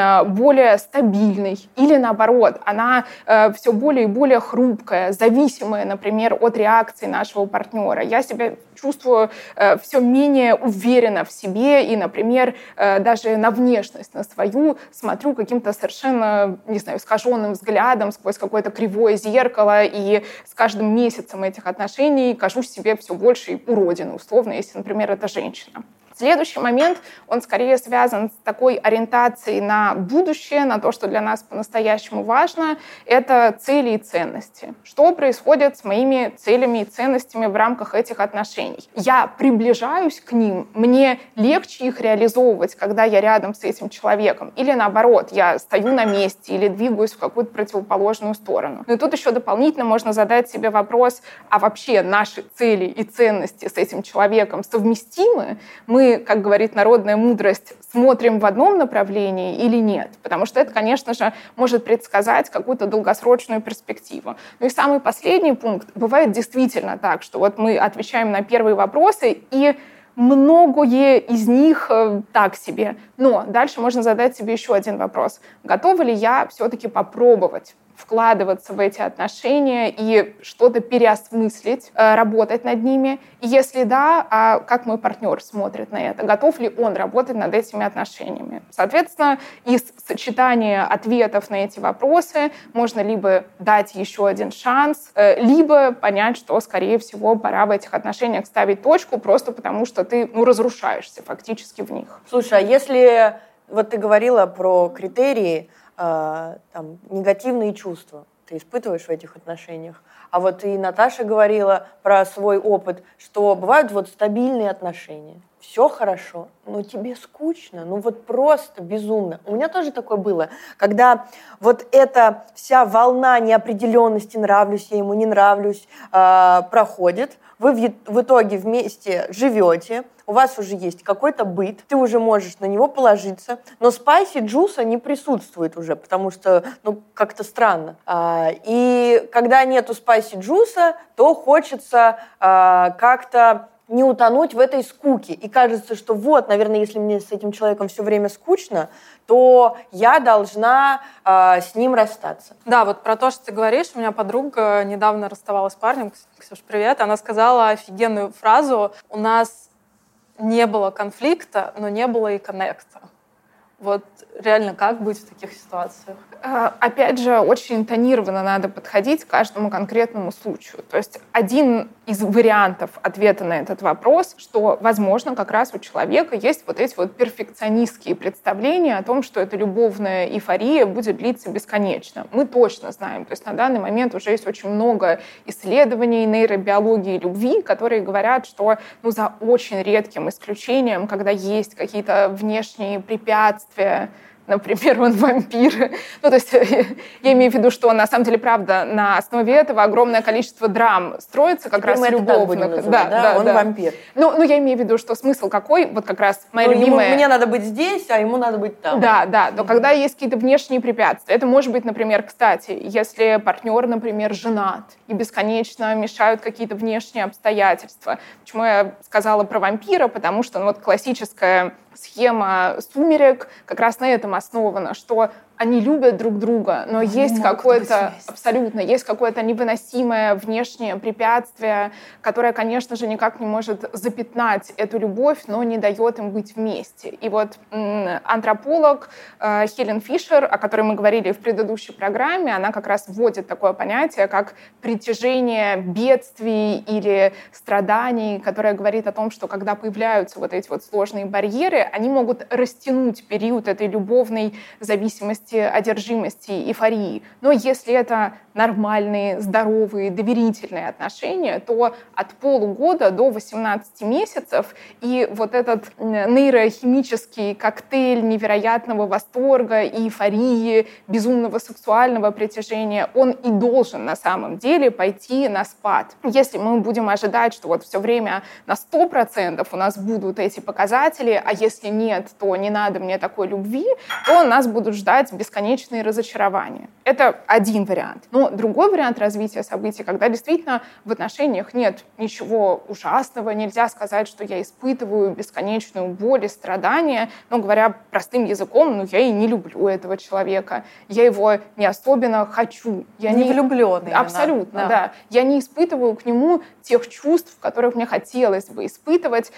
более стабильной, или наоборот, она все более и более хрупкая, зависимая, например, от реакции нашего партнера. Я себя чувствую все менее уверенно в себе и, например, даже на внешность, на свою смотрю каким-то совершенно, искаженным взглядом сквозь какое-то кривое зеркало, и с каждым месяцем этих отношений кажусь себе все больше уродиной, условно, если, например, это женщина. Следующий момент, он скорее связан с такой ориентацией на будущее, на то, что для нас по-настоящему важно, это цели и ценности. Что происходит с моими целями и ценностями в рамках этих отношений? Я приближаюсь к ним, мне легче их реализовывать, когда я рядом с этим человеком, или наоборот, я стою на месте или двигаюсь в какую-то противоположную сторону. Ну и тут еще дополнительно можно задать себе вопрос, а вообще наши цели и ценности с этим человеком совместимы? Мы, как говорит народная мудрость, смотрим в одном направлении или нет? Потому что это, конечно же, может предсказать какую-то долгосрочную перспективу. Ну и самый последний пункт. Бывает действительно так, что вот мы отвечаем на первые вопросы, и многое из них так себе. Но дальше можно задать себе еще один вопрос. Готова ли я все-таки попробовать вкладываться в эти отношения и что-то переосмыслить, работать над ними? И если да, а как мой партнер смотрит на это? Готов ли он работать над этими отношениями? Соответственно, из сочетания ответов на эти вопросы можно либо дать еще один шанс, либо понять, что, скорее всего, пора в этих отношениях ставить точку, просто потому что ты разрушаешься фактически в них. Слушай, а если вот ты говорила про критерии, там, негативные чувства ты испытываешь в этих отношениях. А вот и Наташа говорила про свой опыт, что бывают вот стабильные отношения. Все хорошо, но тебе скучно, ну вот просто безумно. У меня тоже такое было, когда вот эта вся волна неопределенности, нравлюсь я ему, не нравлюсь, проходит, вы в итоге вместе живете, у вас уже есть какой-то быт, ты уже можешь на него положиться, но спайси джуса не присутствует уже, потому что, ну, как-то странно. И когда нету спайси джуса, то хочется как-то не утонуть в этой скуке. И кажется, что вот, наверное, если мне с этим человеком все время скучно, то я должна с ним расстаться. Да, вот про то, что ты говоришь, у меня подруга недавно расставалась с парнем, Ксюш, привет, она сказала офигенную фразу: у нас не было конфликта, но не было и коннекта. Вот реально, как быть в таких ситуациях? Опять же, очень интонированно надо подходить к каждому конкретному случаю. То есть один из вариантов ответа на этот вопрос, что, возможно, как раз у человека есть вот эти вот перфекционистские представления о том, что эта любовная эйфория будет длиться бесконечно. Мы точно знаем. То есть на данный момент уже есть очень много исследований нейробиологии любви, которые говорят, что за очень редким исключением, когда есть какие-то внешние препятствия, например, он вампир. Ну, то есть я имею в виду, что на самом деле, правда, на основе этого огромное количество драм строится как раз любовных. Да, он вампир. Ну, я имею в виду, что смысл какой, вот как раз моя любимая... Мне надо быть здесь, а ему надо быть там. Да, но когда есть какие-то внешние препятствия, это может быть, например, кстати, если партнер, например, женат, и бесконечно мешают какие-то внешние обстоятельства. Почему я сказала про вампира? Потому что вот классическая схема «Сумерек» как раз на этом основана, что они любят друг друга, но есть какое-то, абсолютно, есть какое-то невыносимое внешнее препятствие, которое, конечно же, никак не может запятнать эту любовь, но не дает им быть вместе. И вот антрополог Хелен Фишер, о которой мы говорили в предыдущей программе, она как раз вводит такое понятие, как притяжение бедствий или страданий, которое говорит о том, что когда появляются вот эти вот сложные барьеры, они могут растянуть период этой любовной зависимости, одержимости, эйфории. Но если это нормальные, здоровые, доверительные отношения, то от полугода до 18 месяцев и вот этот нейрохимический коктейль невероятного восторга, эйфории, безумного сексуального притяжения, он и должен на самом деле пойти на спад. Если мы будем ожидать, что вот все время на 100% у нас будут эти показатели, а если нет, то не надо мне такой любви, то нас будут ждать бесконечные разочарования. Это один вариант. Но другой вариант развития событий, когда действительно в отношениях нет ничего ужасного, нельзя сказать, что я испытываю бесконечную боль и страдания, но, говоря простым языком, я и не люблю этого человека, я его не особенно хочу. Я не влюблённый. Абсолютно, да. Я не испытываю к нему тех чувств, которых мне хотелось бы испытывать,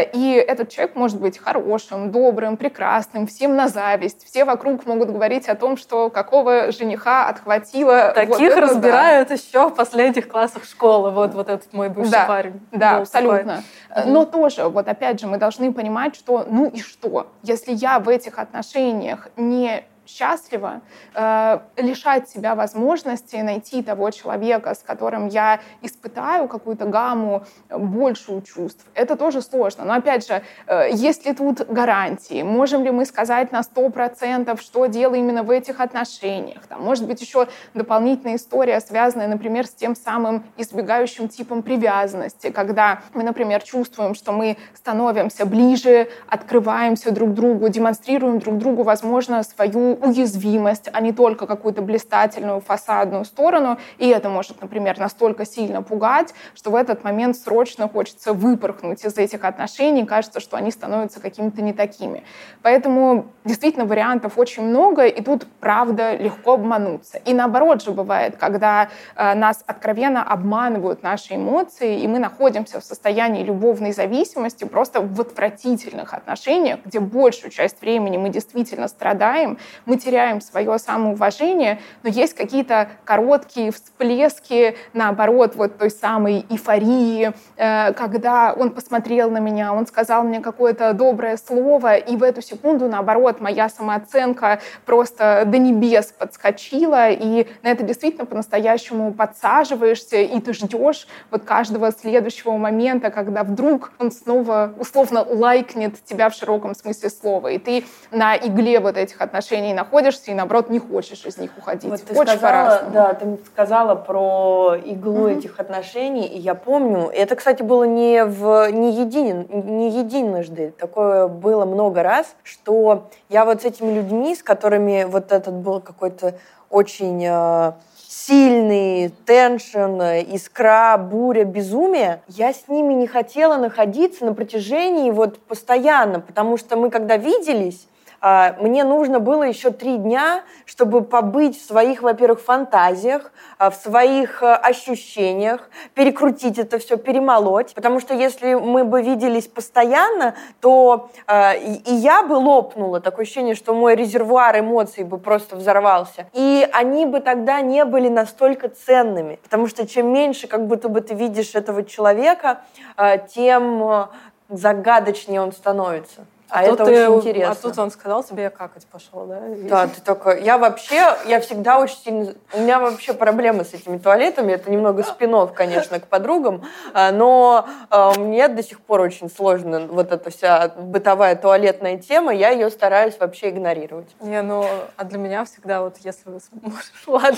и этот человек может быть хорошим, добрым, прекрасным, всем на зависть, все вокруг могут говорить о том, что какого жениха отхватила таких их разбирают еще в последних классах школы. Вот этот мой бывший парень. Да, абсолютно. Но тоже, вот опять же, мы должны понимать, что ну и что? Если я в этих отношениях не счастлива, лишать себя возможности найти того человека, с которым я испытаю какую-то гамму большую чувств. Это тоже сложно. Но опять же, есть ли тут гарантии? Можем ли мы сказать на 100%, что дело именно в этих отношениях? Там, может быть, еще дополнительная история, связанная, например, с тем самым избегающим типом привязанности, когда мы, например, чувствуем, что мы становимся ближе, открываемся друг другу, демонстрируем друг другу, возможно, свою уязвимость, а не только какую-то блистательную фасадную сторону. И это может, например, настолько сильно пугать, что в этот момент срочно хочется выпорхнуть из этих отношений. Кажется, что они становятся какими-то не такими. Поэтому действительно вариантов очень много, и тут, правда, легко обмануться. И наоборот же бывает, когда нас откровенно обманывают наши эмоции, и мы находимся в состоянии любовной зависимости, просто в отвратительных отношениях, где большую часть времени мы действительно страдаем, мы теряем свое самоуважение, но есть какие-то короткие всплески, наоборот, вот той самой эйфории, когда он посмотрел на меня, он сказал мне какое-то доброе слово, и в эту секунду, наоборот, моя самооценка просто до небес подскочила, и на это действительно по-настоящему подсаживаешься, и ты ждешь вот каждого следующего момента, когда вдруг он снова условно лайкнет тебя в широком смысле слова, и ты на игле вот этих отношений находишься и, наоборот, не хочешь из них уходить. Вот ты очень сказала, да, ты сказала про иглу этих отношений, и я помню, это, кстати, было не единожды, такое было много раз, что я вот с этими людьми, с которыми вот этот был какой-то очень сильный теншн, искра, буря, безумие, я с ними не хотела находиться на протяжении вот постоянно, потому что мы, когда виделись, мне нужно было еще 3 дня, чтобы побыть в своих, во-первых, фантазиях, в своих ощущениях, перекрутить это все, перемолоть. Потому что если мы бы виделись постоянно, то и я бы лопнула. Такое ощущение, что мой резервуар эмоций бы просто взорвался. И они бы тогда не были настолько ценными. Потому что чем меньше как будто бы ты видишь этого человека, тем загадочнее он становится. Это очень интересно. А тут он сказал тебе, я какать пошел, да? Да, ты только... Я всегда очень сильно... У меня вообще проблемы с этими туалетами. Это немного спин-офф, конечно, к подругам. Но мне до сих пор очень сложно вот эта вся бытовая туалетная тема. Я ее стараюсь вообще игнорировать. А для меня всегда вот, если вы сможете... Ладно.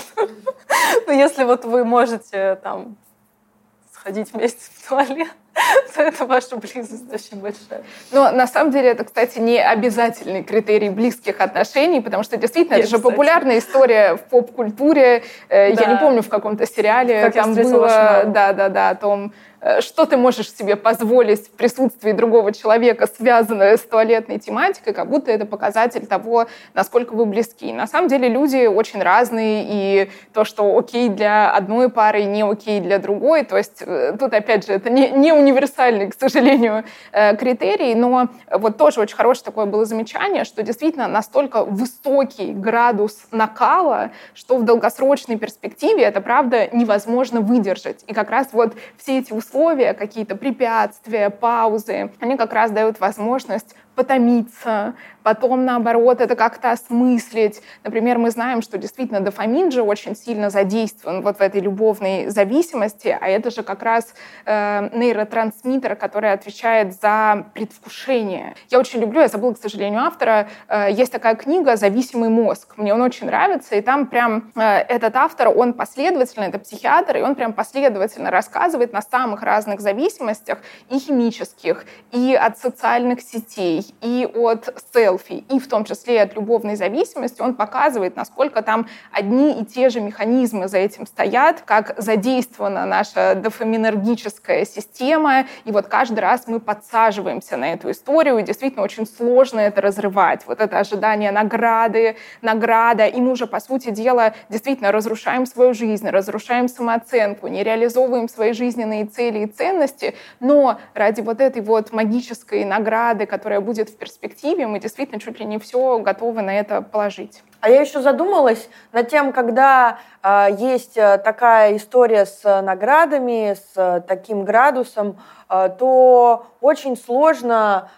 Но если вот вы можете там сходить вместе в туалет, то это ваша близость очень большая. Но на самом деле это, кстати, не обязательный критерий близких отношений, потому что действительно это же популярная история в поп-культуре. Да. Я не помню, в каком-то сериале как там было о том, что ты можешь себе позволить в присутствии другого человека, связанное с туалетной тематикой, как будто это показатель того, насколько вы близки. На самом деле люди очень разные, и то, что окей для одной пары, не окей для другой, то есть тут, опять же, это не универсальный, к сожалению, критерий, но вот тоже очень хорошее такое было замечание, что действительно настолько высокий градус накала, что в долгосрочной перспективе это, правда, невозможно выдержать. И как раз вот все эти условия, какие-то препятствия, паузы, они как раз дают возможность потомиться, потом, наоборот, это как-то осмыслить. Например, мы знаем, что действительно дофамин же очень сильно задействован вот в этой любовной зависимости, а это же как раз нейротрансмиттер, который отвечает за предвкушение. Я очень люблю, я забыла, к сожалению, автора, есть такая книга «Зависимый мозг». Мне он очень нравится, и там прям этот автор, он последовательно, это психиатр, и он прям последовательно рассказывает на самых разных зависимостях, и химических, и от социальных сетей, и от селфи, и в том числе от любовной зависимости. Он показывает, насколько там одни и те же механизмы за этим стоят, как задействована наша дофаминергическая система, и вот каждый раз мы подсаживаемся на эту историю, и действительно очень сложно это разрывать. Вот это ожидание награда, и мы уже, по сути дела, действительно разрушаем свою жизнь, разрушаем самооценку, не реализовываем свои жизненные цели и ценности, но ради вот этой вот магической награды, которая будет в перспективе, мы действительно чуть ли не все готовы на это положить. А я еще задумалась над тем, когда есть такая история с наградами, с таким градусом, то очень сложно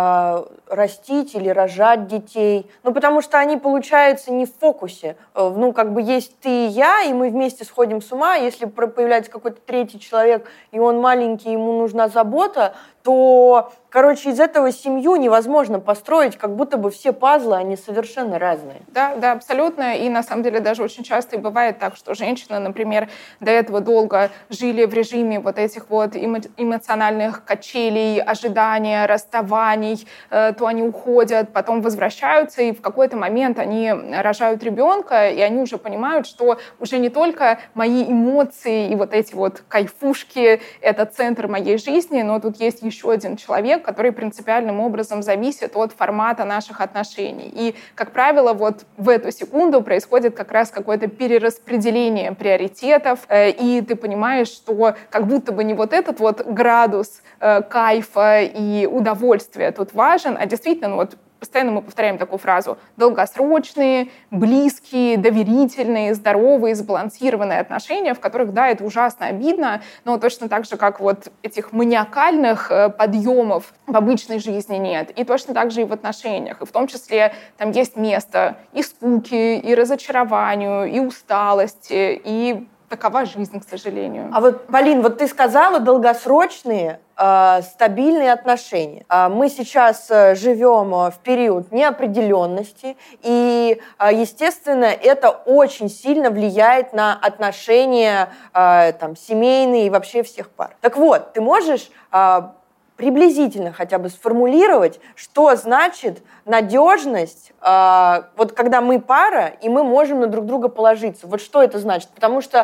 растить или рожать детей. Ну, потому что они, получается, не в фокусе. Ну, как бы есть ты и я, и мы вместе сходим с ума. Если появляется какой-то третий человек, и он маленький, ему нужна забота, то, короче, из этого семью невозможно построить, как будто бы все пазлы, они совершенно разные. Да, да, абсолютно. И на самом деле даже очень часто и бывает так, что женщины, например, до этого долго жили в режиме вот этих вот эмоциональных качелей, ожидания, расставаний, то они уходят, потом возвращаются, и в какой-то момент они рожают ребенка, и они уже понимают, что уже не только мои эмоции и вот эти вот кайфушки — это центр моей жизни, но тут есть еще один человек, который принципиальным образом зависит от формата наших отношений. И, как правило, вот в эту секунду происходит как раз какое-то перераспределение приоритетов, и ты понимаешь, что как будто бы не вот этот вот градус кайфа и удовольствия тут важен, а действительно вот постоянно мы повторяем такую фразу: долгосрочные, близкие, доверительные, здоровые, сбалансированные отношения, в которых, да, это ужасно обидно, но точно так же, как вот этих маниакальных подъемов в обычной жизни нет. И точно так же и в отношениях. И в том числе там есть место и скуке, и разочарованию, и усталости, и такова жизнь, к сожалению. А вот, Полин, вот ты сказала долгосрочные, стабильные отношения. Мы сейчас живем в период неопределенности, и, естественно, это очень сильно влияет на отношения там, семейные и вообще всех пар. Так вот, ты можешь приблизительно хотя бы сформулировать, что значит надежность, вот когда мы пара, и мы можем на друг друга положиться. Вот что это значит? Потому что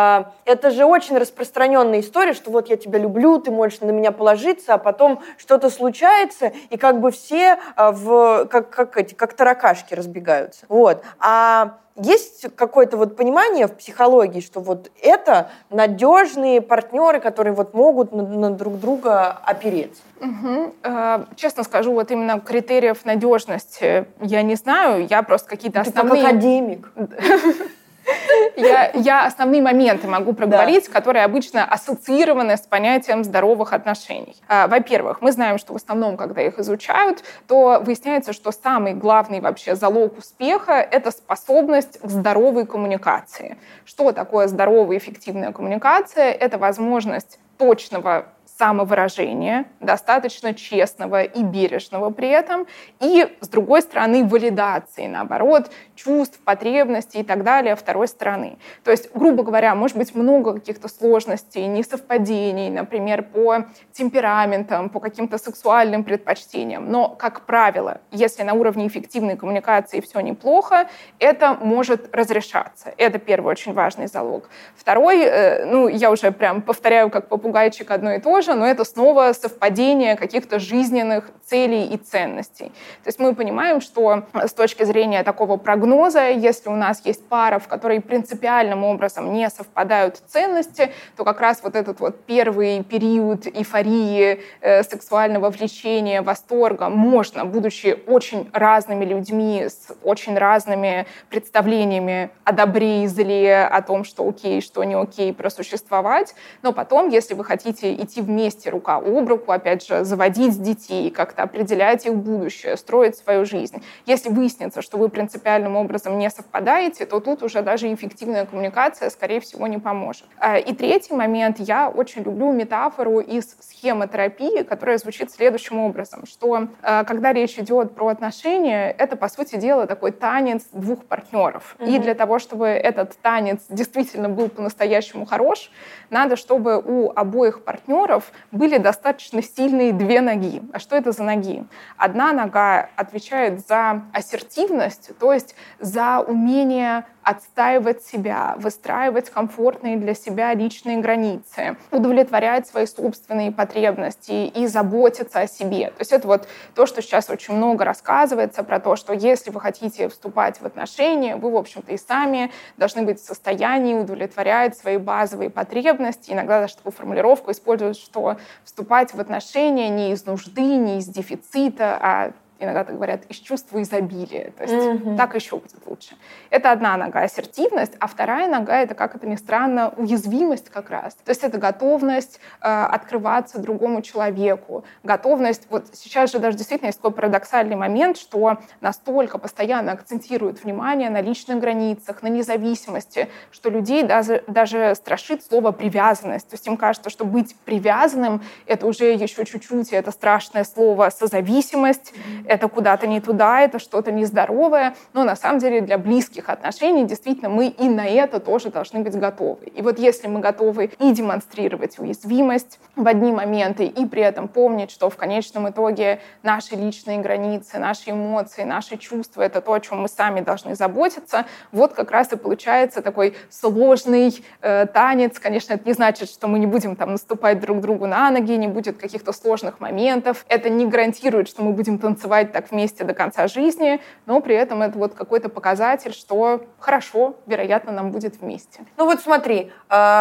это же очень распространенная история, что вот я тебя люблю, ты можешь на меня положиться, а потом что-то случается, и как бы все как таракашки разбегаются. Вот. А есть какое-то вот понимание в психологии, что вот это надежные партнеры, которые вот могут на друг друга опереться? Угу. Честно скажу, вот именно критериев надежности я не знаю, я просто какие-то основные... Ты как академик. Я основные моменты могу проговорить, да, которые обычно ассоциированы с понятием здоровых отношений. Во-первых, мы знаем, что в основном, когда их изучают, то выясняется, что самый главный вообще залог успеха — это способность к здоровой коммуникации. Что такое здоровая эффективная коммуникация? Это возможность точного самовыражения, достаточно честного и бережного при этом, и, с другой стороны, валидации, наоборот, чувств, потребностей и так далее второй стороны. То есть, грубо говоря, может быть много каких-то сложностей, несовпадений, например, по темпераментам, по каким-то сексуальным предпочтениям, но, как правило, если на уровне эффективной коммуникации все неплохо, это может разрешаться. Это первый очень важный залог. Второй, я уже прям повторяю как попугайчик одно и то же, но это снова совпадение каких-то жизненных целей и ценностей. То есть мы понимаем, что с точки зрения такого прогноза, если у нас есть пара, в которой принципиальным образом не совпадают ценности, то как раз вот этот вот первый период эйфории, сексуального влечения, восторга можно, будучи очень разными людьми, с очень разными представлениями о добре и зле, о том, что окей, что не окей, просуществовать. Но потом, если вы хотите идти вместе рука об руку, опять же, заводить детей, как-то определять их будущее, строить свою жизнь. Если выяснится, что вы принципиальным образом не совпадаете, то тут уже даже эффективная коммуникация, скорее всего, не поможет. И третий момент. Я очень люблю метафору из схемотерапии, которая звучит следующим образом, что когда речь идет про отношения, это, по сути дела, такой танец двух партнеров. И для того, чтобы этот танец действительно был по-настоящему хорош, надо, чтобы у обоих партнеров были достаточно сильные две ноги. А что это за ноги? Одна нога отвечает за ассертивность, то есть за умение отстаивать себя, выстраивать комфортные для себя личные границы, удовлетворять свои собственные потребности и заботиться о себе. То есть это вот то, что сейчас очень много рассказывается про то, что если вы хотите вступать в отношения, вы, в общем-то, и сами должны быть в состоянии удовлетворять свои базовые потребности. Иногда даже такую формулировку используют, что вступать в отношения не из нужды, не из дефицита, а иногда так говорят, из чувства изобилия. То есть так еще будет лучше. Это одна нога — ассертивность, а вторая нога — это, как это ни странно, уязвимость как раз. То есть это готовность открываться другому человеку, готовность... Вот сейчас же даже действительно есть такой парадоксальный момент, что настолько постоянно акцентируют внимание на личных границах, на независимости, что людей даже страшит слово «привязанность». То есть им кажется, что быть привязанным — это уже еще чуть-чуть, и это страшное слово «созависимость», это куда-то не туда, это что-то нездоровое. Но на самом деле для близких отношений действительно мы и на это тоже должны быть готовы. И вот если мы готовы и демонстрировать уязвимость в одни моменты, и при этом помнить, что в конечном итоге наши личные границы, наши эмоции, наши чувства — это то, о чем мы сами должны заботиться, вот как раз и получается такой сложный танец. Конечно, это не значит, что мы не будем там наступать друг другу на ноги, не будет каких-то сложных моментов. Это не гарантирует, что мы будем танцевать так вместе до конца жизни, но при этом это вот какой-то показатель, что хорошо, вероятно, нам будет вместе. Ну вот смотри,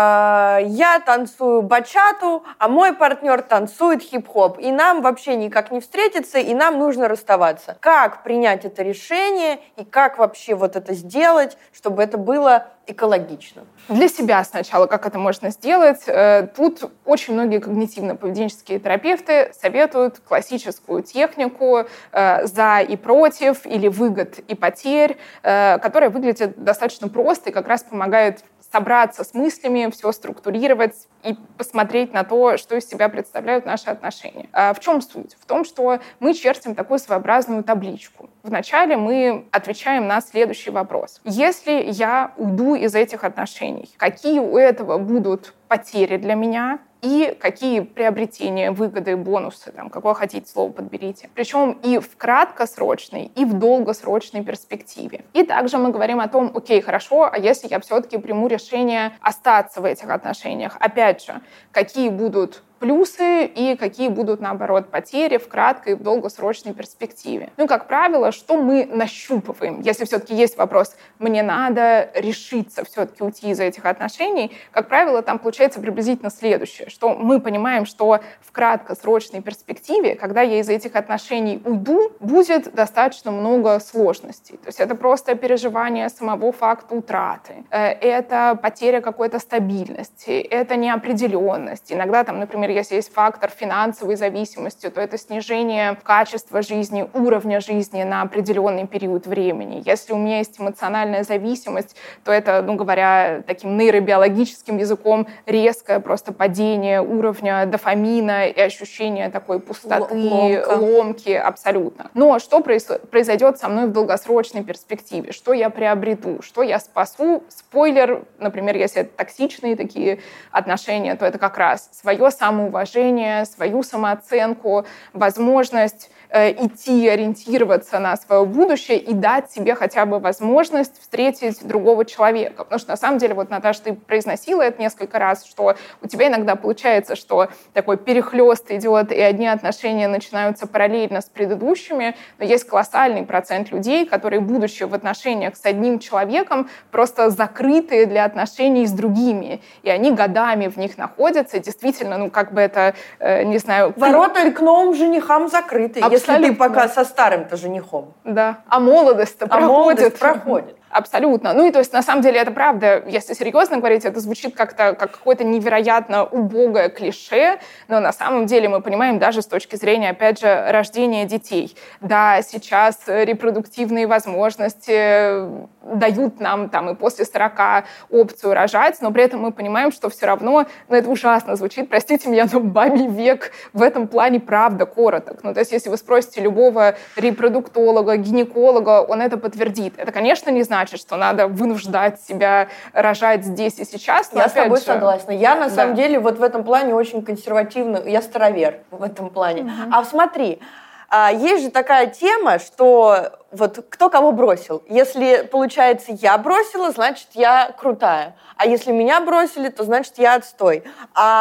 я танцую бачату, а мой партнер танцует хип-хоп, и нам вообще никак не встретиться, и нам нужно расставаться. Как принять это решение, и как вообще вот это сделать, чтобы это было экологично? Для себя сначала, как это можно сделать. Тут очень многие когнитивно-поведенческие терапевты советуют классическую технику «за и против» или «выгод и потерь», которая выглядит достаточно просто и как раз помогает собраться с мыслями, все структурировать и посмотреть на то, что из себя представляют наши отношения. В чем суть? В том, что мы чертим такую своеобразную табличку. Вначале мы отвечаем на следующий вопрос. Если я уйду из этих отношений, какие у этого будут потери для меня? И какие приобретения, выгоды, бонусы, там, какое хотите слово подберите. Причем и в краткосрочной, и в долгосрочной перспективе. И также мы говорим о том, окей, хорошо, а если я все-таки приму решение остаться в этих отношениях? Опять же, какие будут плюсы и какие будут, наоборот, потери в краткой и в долгосрочной перспективе. Ну, как правило, что мы нащупываем? Если все-таки есть вопрос, мне надо решиться все-таки уйти из этих отношений, как правило, там получается приблизительно следующее, что мы понимаем, что в краткосрочной перспективе, когда я из этих отношений уйду, будет достаточно много сложностей. То есть это просто переживание самого факта утраты, это потеря какой-то стабильности, это неопределенность. Иногда там, например, если есть фактор финансовой зависимости, то это снижение качества жизни, уровня жизни на определенный период времени. Если у меня есть эмоциональная зависимость, то это, ну говоря таким нейробиологическим языком, резкое просто падение уровня дофамина и ощущение такой пустоты, ломки абсолютно. Но что произойдет со мной в долгосрочной перспективе? Что я приобрету? Что я спасу? Спойлер, например, если это токсичные такие отношения, то это как раз свое самоуважение, свою самооценку, возможность идти, ориентироваться на свое будущее и дать себе хотя бы возможность встретить другого человека. Потому что на самом деле, вот, Наташа, ты произносила это несколько раз, что у тебя иногда получается, что такой перехлёст идет, и одни отношения начинаются параллельно с предыдущими, но есть колоссальный процент людей, которые, будучи в отношениях с одним человеком, просто закрытые для отношений с другими, и они годами в них находятся, и действительно, ну, как бы это, не знаю... Ворота к новым женихам закрыты. Если ты пока со старым-то женихом. Да. А молодость-то проходит. Абсолютно. Ну и то есть на самом деле это правда, если серьезно говорить, это звучит как-то как какое-то невероятно убогое клише, но на самом деле мы понимаем даже с точки зрения, опять же, рождения детей. Да, сейчас репродуктивные возможности дают нам там и после 40 опцию рожать, но при этом мы понимаем, что все равно, ну это ужасно звучит, простите меня, но бабий век в этом плане правда короток. Ну то есть если вы спросите любого репродуктолога, гинеколога, он это подтвердит. Это, конечно, не значит, что надо вынуждать себя рожать здесь и сейчас. Я с тобой согласна. Я, на самом деле, вот в этом плане очень консервативна. Я старовер в этом плане. А смотри, есть же такая тема, что вот кто кого бросил. Если, получается, я бросила, значит, я крутая. А если меня бросили, то значит, я отстой. А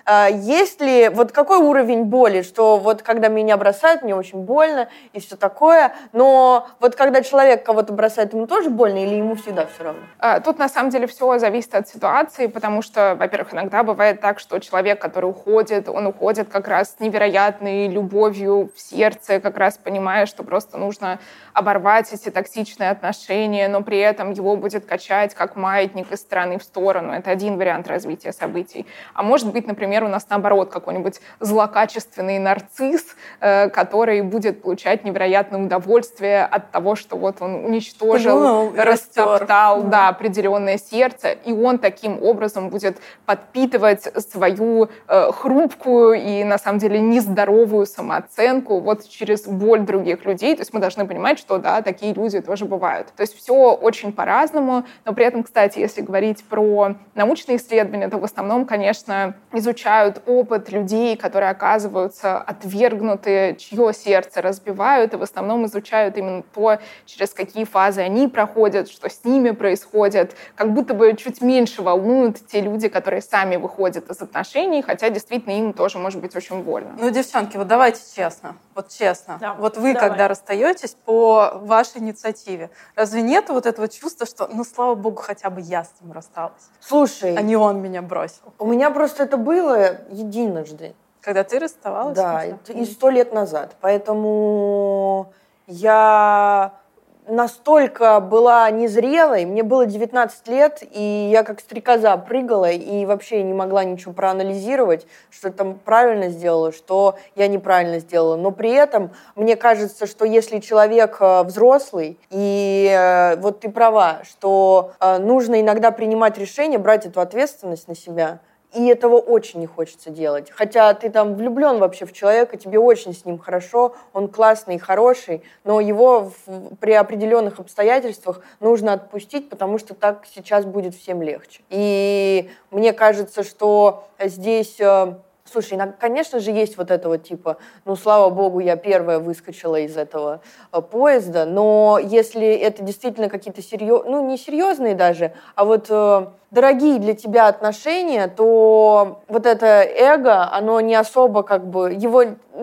Есть ли, вот какой уровень боли, что вот когда меня бросают, мне очень больно и все такое, но вот когда человек кого-то бросает, ему тоже больно или ему всегда все равно? Тут на самом деле все зависит от ситуации, потому что, во-первых, иногда бывает так, что человек, который уходит, он уходит как раз с невероятной любовью в сердце, как раз понимая, что просто нужно оборвать эти токсичные отношения, но при этом его будет качать как маятник из стороны в сторону. Это один вариант развития событий. А может быть, например, у нас наоборот какой-нибудь злокачественный нарцисс, который будет получать невероятное удовольствие от того, что вот он уничтожил, растоптал определенное сердце, и он таким образом будет подпитывать свою хрупкую и, на самом деле, нездоровую самооценку вот через боль других людей. То есть мы должны понимать, что да, такие люди тоже бывают. То есть все очень по-разному, но при этом, кстати, если говорить про научные исследования, то в основном, конечно, изучают опыт людей, которые оказываются отвергнуты, чье сердце разбивают, и в основном изучают именно то, через какие фазы они проходят, что с ними происходит. Как будто бы чуть меньше волнуют те люди, которые сами выходят из отношений, хотя действительно им тоже может быть очень больно. Ну, девчонки, вот давайте честно. Вот честно. Да, вот вы, давай. когда расстаетесь по вашей инициативе, разве нет вот этого чувства, что, ну, слава богу, хотя бы я с ним рассталась? Слушай, А не он меня бросил. у меня просто это было единожды. Когда ты расставалась? Да, и 100 лет назад. Поэтому я настолько была незрелой, мне было 19 лет, и я как стрекоза прыгала, и вообще не могла ничего проанализировать, что я там правильно сделала, что я неправильно сделала. Но при этом мне кажется, что если человек взрослый, и вот ты права, что нужно иногда принимать решение, брать эту ответственность на себя, и этого очень не хочется делать. Хотя ты там влюблен вообще в человека, тебе очень с ним хорошо, он классный и хороший, но его при определенных обстоятельствах нужно отпустить, потому что так сейчас будет всем легче. И мне кажется, что здесь... Слушай, конечно же, есть вот это вот типа, ну, слава богу, я первая выскочила из этого поезда, но если это действительно какие-то серьезные, ну, не серьезные даже, а вот дорогие для тебя отношения, то вот это эго, оно не особо как бы, его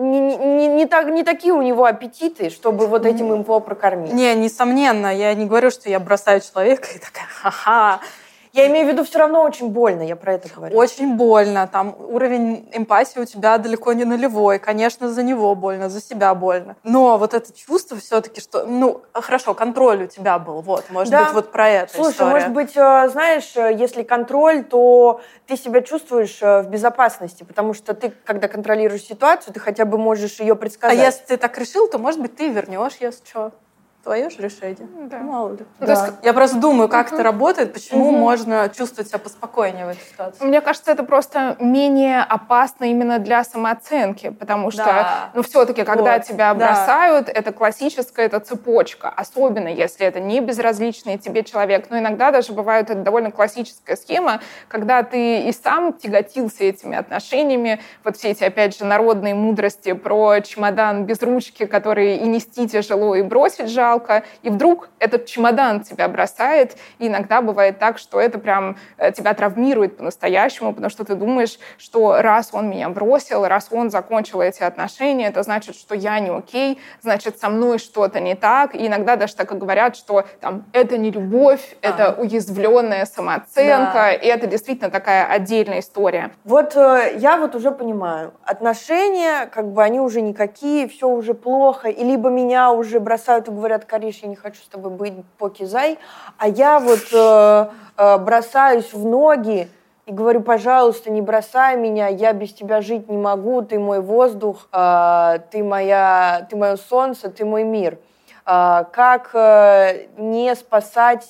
не такие у него аппетиты, чтобы вот этим его прокормить. Не, несомненно, я не говорю, что я бросаю человека и такая, ха-ха. Я имею в виду, все равно очень больно, я про это говорю. Очень больно, там уровень эмпатии у тебя далеко не нулевой, конечно, за него больно, за себя больно. Но вот это чувство все-таки, что, ну, хорошо, контроль у тебя был, вот, может быть, вот про это Слушай, история. может быть, знаешь, если контроль, то ты себя чувствуешь в безопасности, потому что ты, когда контролируешь ситуацию, ты хотя бы можешь ее предсказать. А если ты так решил, то, может быть, ты вернешь, если что. Твое же решение. Да. Мало ли. Да. Я просто думаю, как это работает, почему можно чувствовать себя поспокойнее в этой ситуации. Мне кажется, это просто менее опасно именно для самооценки, потому что, Да. ну, все-таки, когда Вот. тебя бросают, это классическая, это цепочка, особенно если это не безразличный тебе человек. Но иногда даже бывает это довольно классическая схема, когда ты и сам тяготился этими отношениями, вот все эти, опять же, народные мудрости про чемодан без ручки, который и нести тяжело, и бросить жалко, и вдруг этот чемодан тебя бросает, и иногда бывает так, что это прям тебя травмирует по-настоящему, потому что ты думаешь, что раз он меня бросил, раз он закончил эти отношения, это значит, что я не окей, значит, со мной что-то не так, и иногда даже так и говорят, что там, это не любовь, это уязвленная самооценка, и это действительно такая отдельная история. Вот я вот уже понимаю, отношения, как бы они уже никакие, все уже плохо, и либо меня уже бросают и говорят, Кариш, я не хочу с тобой быть, покизай, а я вот бросаюсь в ноги и говорю, пожалуйста, не бросай меня, я без тебя жить не могу, ты мой воздух, ты мое солнце, ты мой мир. Как не спасать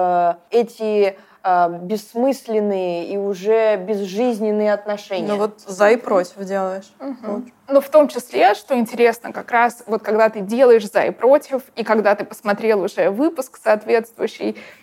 эти бессмысленные и уже безжизненные отношения? Ну вот за и против делаешь. Вот. Ну, в том числе, что интересно, как раз вот когда ты делаешь за и против, и когда ты посмотрел уже выпуск соответствующий,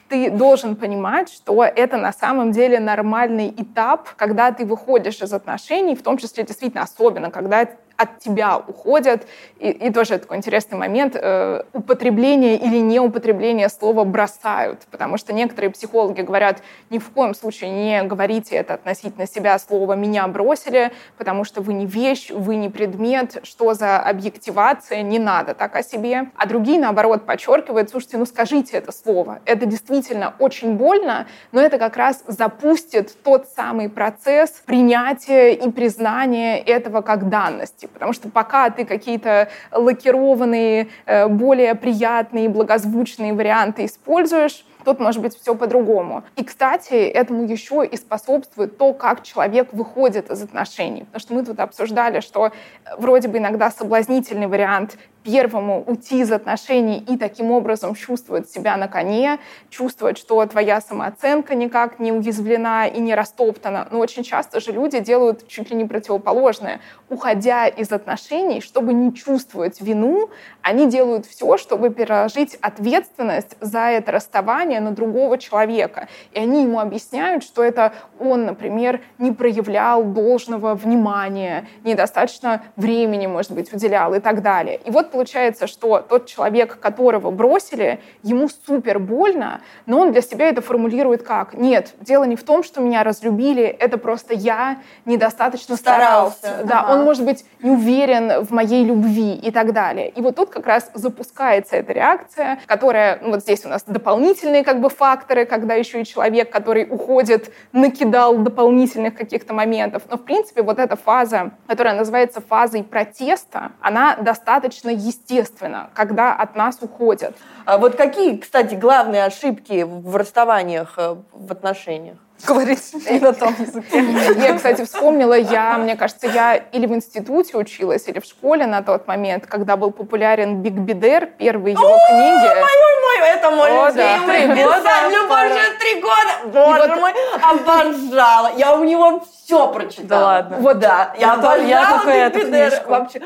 ты должен понимать, что это на самом деле нормальный этап, когда ты выходишь из отношений, в том числе действительно особенно, когда от тебя уходят. И тоже такой интересный момент. Употребление или неупотребление слова «бросают». Потому что некоторые психологи говорят, ни в коем случае не говорите это относительно себя, слово «меня бросили», потому что вы не вещь, вы не предмет, что за объективация, не надо так о себе. А другие, наоборот, подчеркивают, слушайте, ну скажите это слово. Это действительно очень больно, но это как раз запустит тот самый процесс принятия и признания этого как данности. Потому что пока ты какие-то лакированные, более приятные, благозвучные варианты используешь, тут может быть все по-другому. И, кстати, этому еще и способствует то, как человек выходит из отношений. Потому что мы тут обсуждали, что вроде бы иногда соблазнительный вариант первому уйти из отношений и таким образом чувствовать себя на коне, чувствовать, что твоя самооценка никак не уязвлена и не растоптана. Но очень часто же люди делают чуть ли не противоположное. Уходя из отношений, чтобы не чувствовать вину, они делают все, чтобы переложить ответственность за это расставание на другого человека. И они ему объясняют, что это он, например, не проявлял должного внимания, недостаточно времени, может быть, уделял и так далее. И вот получается, что тот человек, которого бросили, ему супер больно, но он для себя это формулирует как? Нет, дело не в том, что меня разлюбили, это просто я недостаточно старался. Да, он, может быть, не уверен в моей любви и так далее. И вот тут как раз запускается эта реакция, которая, вот здесь у нас дополнительные как бы факторы, когда еще и человек, который уходит, накидал дополнительных каких-то моментов. Но, в принципе, вот эта фаза, которая называется фазой протеста, она достаточно естественна, когда от нас уходят. А вот какие, кстати, главные ошибки в расставаниях, в отношениях? Говорить не на том языке. Я, кстати, вспомнила, мне кажется, я или в институте училась, или в школе на тот момент, когда был популярен Биг Бидер, первые его книги. Это мой любимый. «Любовь же 3 года». Боже мой, обожала. Я у него все прочитала. Да ладно. Вот да. Я обожала Биг Бидер. Вообще.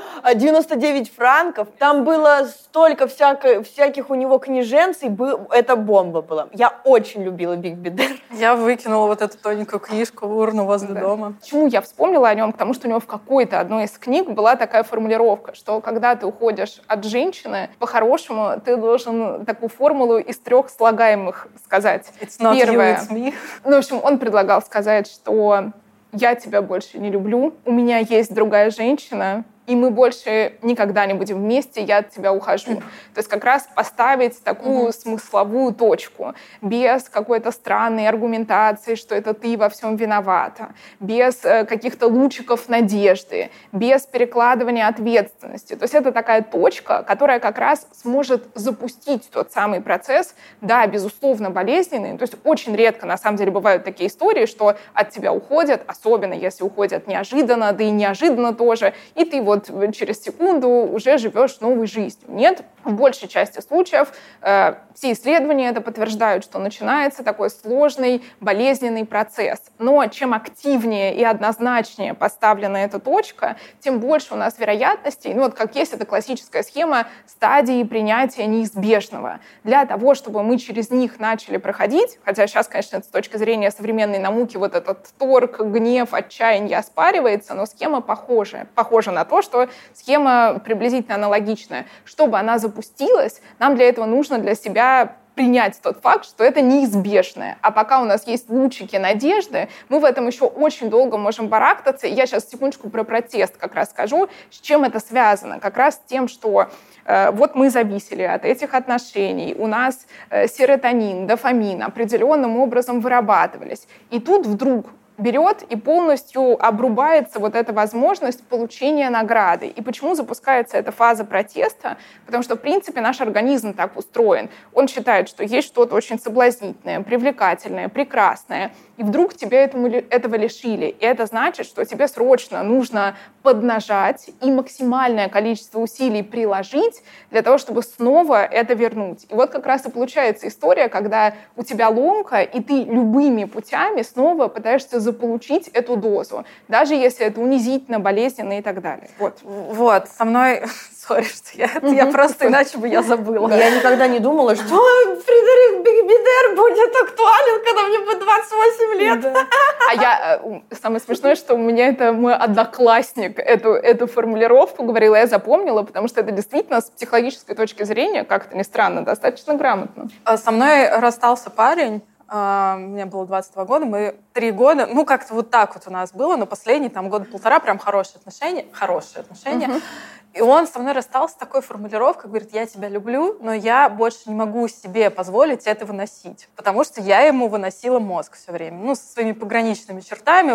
99 франков. Там было столько всяких у него книженций. Это бомба была. Я очень любила Биг Бидер. Я выкинула вот эту тоненькую книжку в урну возле дома. Почему я вспомнила о нем? Потому что у него в какой-то одной из книг была такая формулировка, что когда ты уходишь от женщины, по-хорошему ты должен такую формулу из 3 слагаемых сказать. It's not Первое. you, it's me. Ну, в общем, он предлагал сказать, что я тебя больше не люблю, у меня есть другая женщина, и мы больше никогда не будем вместе, я от тебя ухожу. То есть как раз поставить такую смысловую точку, без какой-то странной аргументации, что это ты во всем виновата, без каких-то лучиков надежды, без перекладывания ответственности. То есть это такая точка, которая как раз сможет запустить тот самый процесс, да, безусловно, болезненный. То есть очень редко, на самом деле, бывают такие истории, что от тебя уходят, особенно если уходят неожиданно, да и неожиданно тоже, и ты вот через секунду уже живешь новой жизнью. Нет, в большей части случаев все исследования это подтверждают, что начинается такой сложный, болезненный процесс. Но чем активнее и однозначнее поставлена эта точка, тем больше у нас вероятностей, ну вот как есть эта классическая схема стадии принятия неизбежного. Для того, чтобы мы через них начали проходить, хотя сейчас, конечно, с точки зрения современной науки вот этот торг, гнев, отчаяние оспаривается, но схема похожа. Похожа на то, что схема приблизительно аналогичная. Чтобы она запустилась, нам для этого нужно для себя принять тот факт, что это неизбежное. А пока у нас есть лучики надежды, мы в этом еще очень долго можем барахтаться. И я сейчас секундочку про протест как раз скажу, с чем это связано. Как раз с тем, что вот мы зависели от этих отношений, у нас серотонин, дофамин определенным образом вырабатывались. И тут вдруг берет и полностью обрубается вот эта возможность получения награды. И почему запускается эта фаза протеста? Потому что, в принципе, наш организм так устроен. Он считает, что есть что-то очень соблазнительное, привлекательное, прекрасное, и вдруг тебя этого лишили. И это значит, что тебе срочно нужно поднажать и максимальное количество усилий приложить для того, чтобы снова это вернуть. И вот как раз и получается история, когда у тебя ломка, и ты любыми путями снова пытаешься заполучить эту дозу, даже если это унизительно, болезненно и так далее. Вот, со мной... Сори, что я просто иначе бы я забыла. Я никогда не думала, что Фредерик Бигбидер будет актуален, когда мне будет 28 лет. Да. Самое смешное, что у меня это мой одноклассник эту формулировку говорил, я запомнила, потому что это действительно с психологической точки зрения, как-то ни странно, достаточно грамотно. Со мной расстался парень, мне было 22 года, мы 3 года, как-то вот так вот у нас было, но последние года полтора прям хорошие отношения. Uh-huh. И он со мной расстался с такой формулировкой, говорит, я тебя люблю, но я больше не могу себе позволить это выносить, потому что я ему выносила мозг все время, со своими пограничными чертами,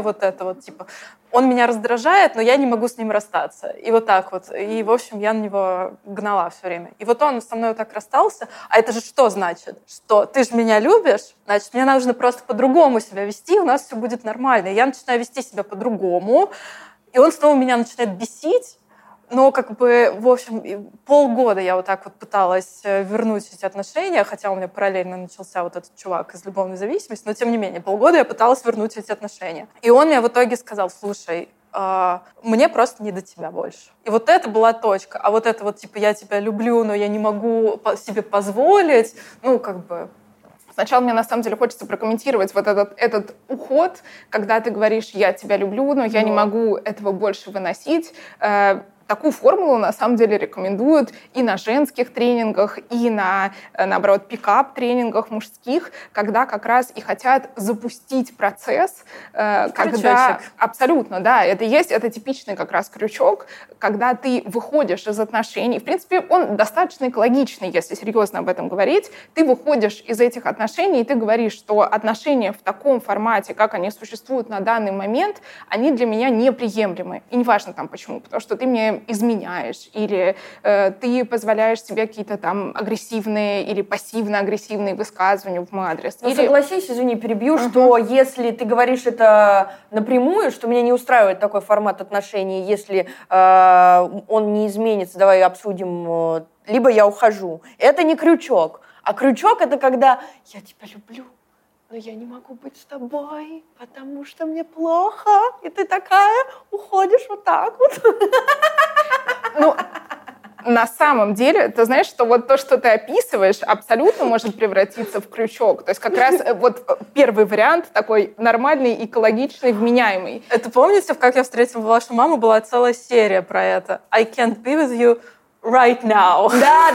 он меня раздражает, но я не могу с ним расстаться. И вот так вот. И, в общем, я на него гнала все время. И вот он со мной вот так расстался. А это же что значит? Что ты же меня любишь, значит, мне нужно просто по-другому себя вести, у нас все будет нормально. И я начинаю вести себя по-другому, и он снова меня начинает бесить. Но, в общем, полгода я вот так вот пыталась вернуть эти отношения, хотя у меня параллельно начался вот этот чувак из любовной зависимости, но, тем не менее, полгода я пыталась вернуть эти отношения. И он мне в итоге сказал, слушай, мне просто не до тебя больше. И вот это была точка. А вот это я тебя люблю, но я не могу себе позволить, Сначала мне, на самом деле, хочется прокомментировать вот этот уход, когда ты говоришь «я тебя люблю, но я не могу этого больше выносить». Такую формулу, на самом деле, рекомендуют и на женских тренингах, и на, наоборот, пикап-тренингах мужских, когда как раз и хотят запустить процесс, когда... Абсолютно, да, это типичный как раз крючок, когда ты выходишь из отношений. В принципе, он достаточно экологичный, если серьезно об этом говорить. Ты выходишь из этих отношений, и ты говоришь, что отношения в таком формате, как они существуют на данный момент, они для меня неприемлемы. И неважно почему, потому что ты мне изменяешь, или ты позволяешь себе какие-то агрессивные или пассивно-агрессивные высказывания в мой адрес. Согласись, извини, перебью, что если ты говоришь это напрямую, что меня не устраивает такой формат отношений, если он не изменится, давай обсудим, либо я ухожу. Это не крючок. А крючок — это когда я тебя люблю, но я не могу быть с тобой, потому что мне плохо. И ты такая уходишь вот так вот. На самом деле, ты знаешь, что вот то, что ты описываешь, абсолютно может превратиться в крючок. То есть как раз вот первый вариант такой нормальный, экологичный, вменяемый. Это помните, «Как я встретила вашу маму» была целая серия про это. I can't be with you right now.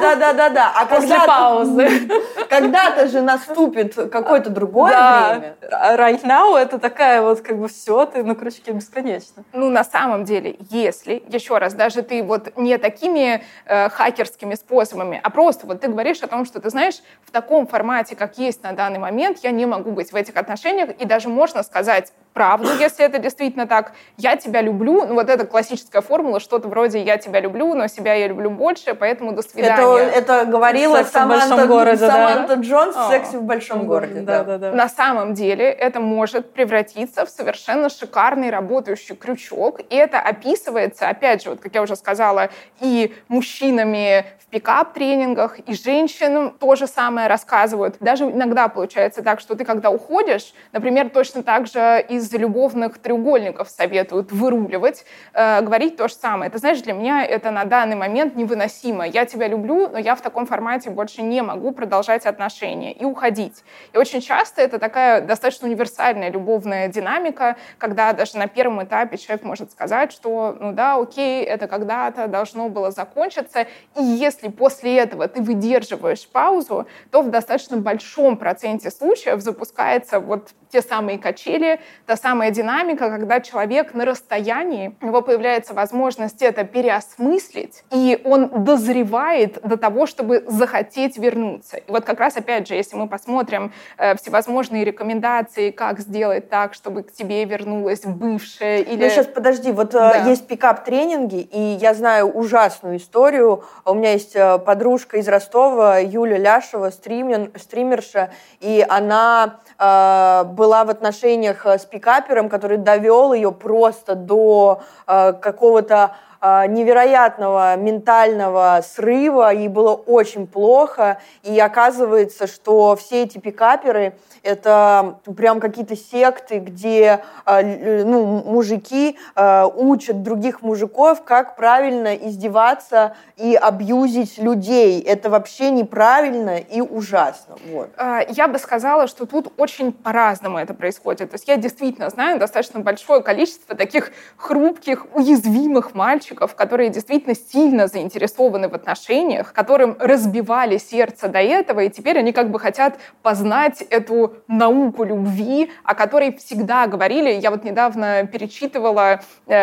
Да. А после паузы. Когда-то же наступит какое-то другое время. Right now — это такая все, ты на крючке бесконечно. На самом деле, если, еще раз, даже ты не такими хакерскими способами, а просто ты говоришь о том, что ты знаешь, в таком формате, как есть на данный момент, я не могу быть в этих отношениях, и даже можно сказать правду, если это действительно так. Я тебя люблю. Это классическая формула, что-то вроде «я тебя люблю, но себя я люблю больше, поэтому до свидания». Это говорила Саманта Джонс в «Сексе в большом городе». Да. На самом деле это может превратиться в совершенно шикарный работающий крючок. И это описывается, опять же, как я уже сказала, и мужчинами в пикап-тренингах, и женщинам то же самое рассказывают. Даже иногда получается так, что ты, когда уходишь, например, точно так же из любовных треугольников советуют выруливать, говорить то же самое. Ты знаешь, для меня это на данный момент невыносимо. Я тебя люблю, но я в таком формате больше не могу продолжать отношения и уходить. И очень часто это такая достаточно универсальная любовная динамика, когда даже на первом этапе человек может сказать, что окей, это когда-то должно было закончиться, и если после этого ты выдерживаешь паузу, то в достаточно большом проценте случаев запускается те самые качели, та самая динамика, когда человек на расстоянии, у него появляется возможность это переосмыслить, и он дозревает до того, чтобы захотеть вернуться. И как раз, опять же, если мы посмотрим всевозможные рекомендации, как сделать так, чтобы к тебе вернулась бывшая или... сейчас подожди, есть пикап-тренинги, и я знаю ужасную историю. У меня есть подружка из Ростова, Юля Ляшева, стримерша, и она была в отношениях с пикапером, который довел ее просто до какого-то невероятного ментального срыва, ей было очень плохо, и оказывается, что все эти пикаперы — это прям какие-то секты, где мужики учат других мужиков, как правильно издеваться и абьюзить людей. Это вообще неправильно и ужасно. Вот. Я бы сказала, что тут очень по-разному это происходит. То есть я действительно знаю достаточно большое количество таких хрупких, уязвимых мальчиков, которые действительно сильно заинтересованы в отношениях, которым разбивали сердце до этого, и теперь они как бы хотят познать эту науку любви, о которой всегда говорили. Я вот недавно перечитывала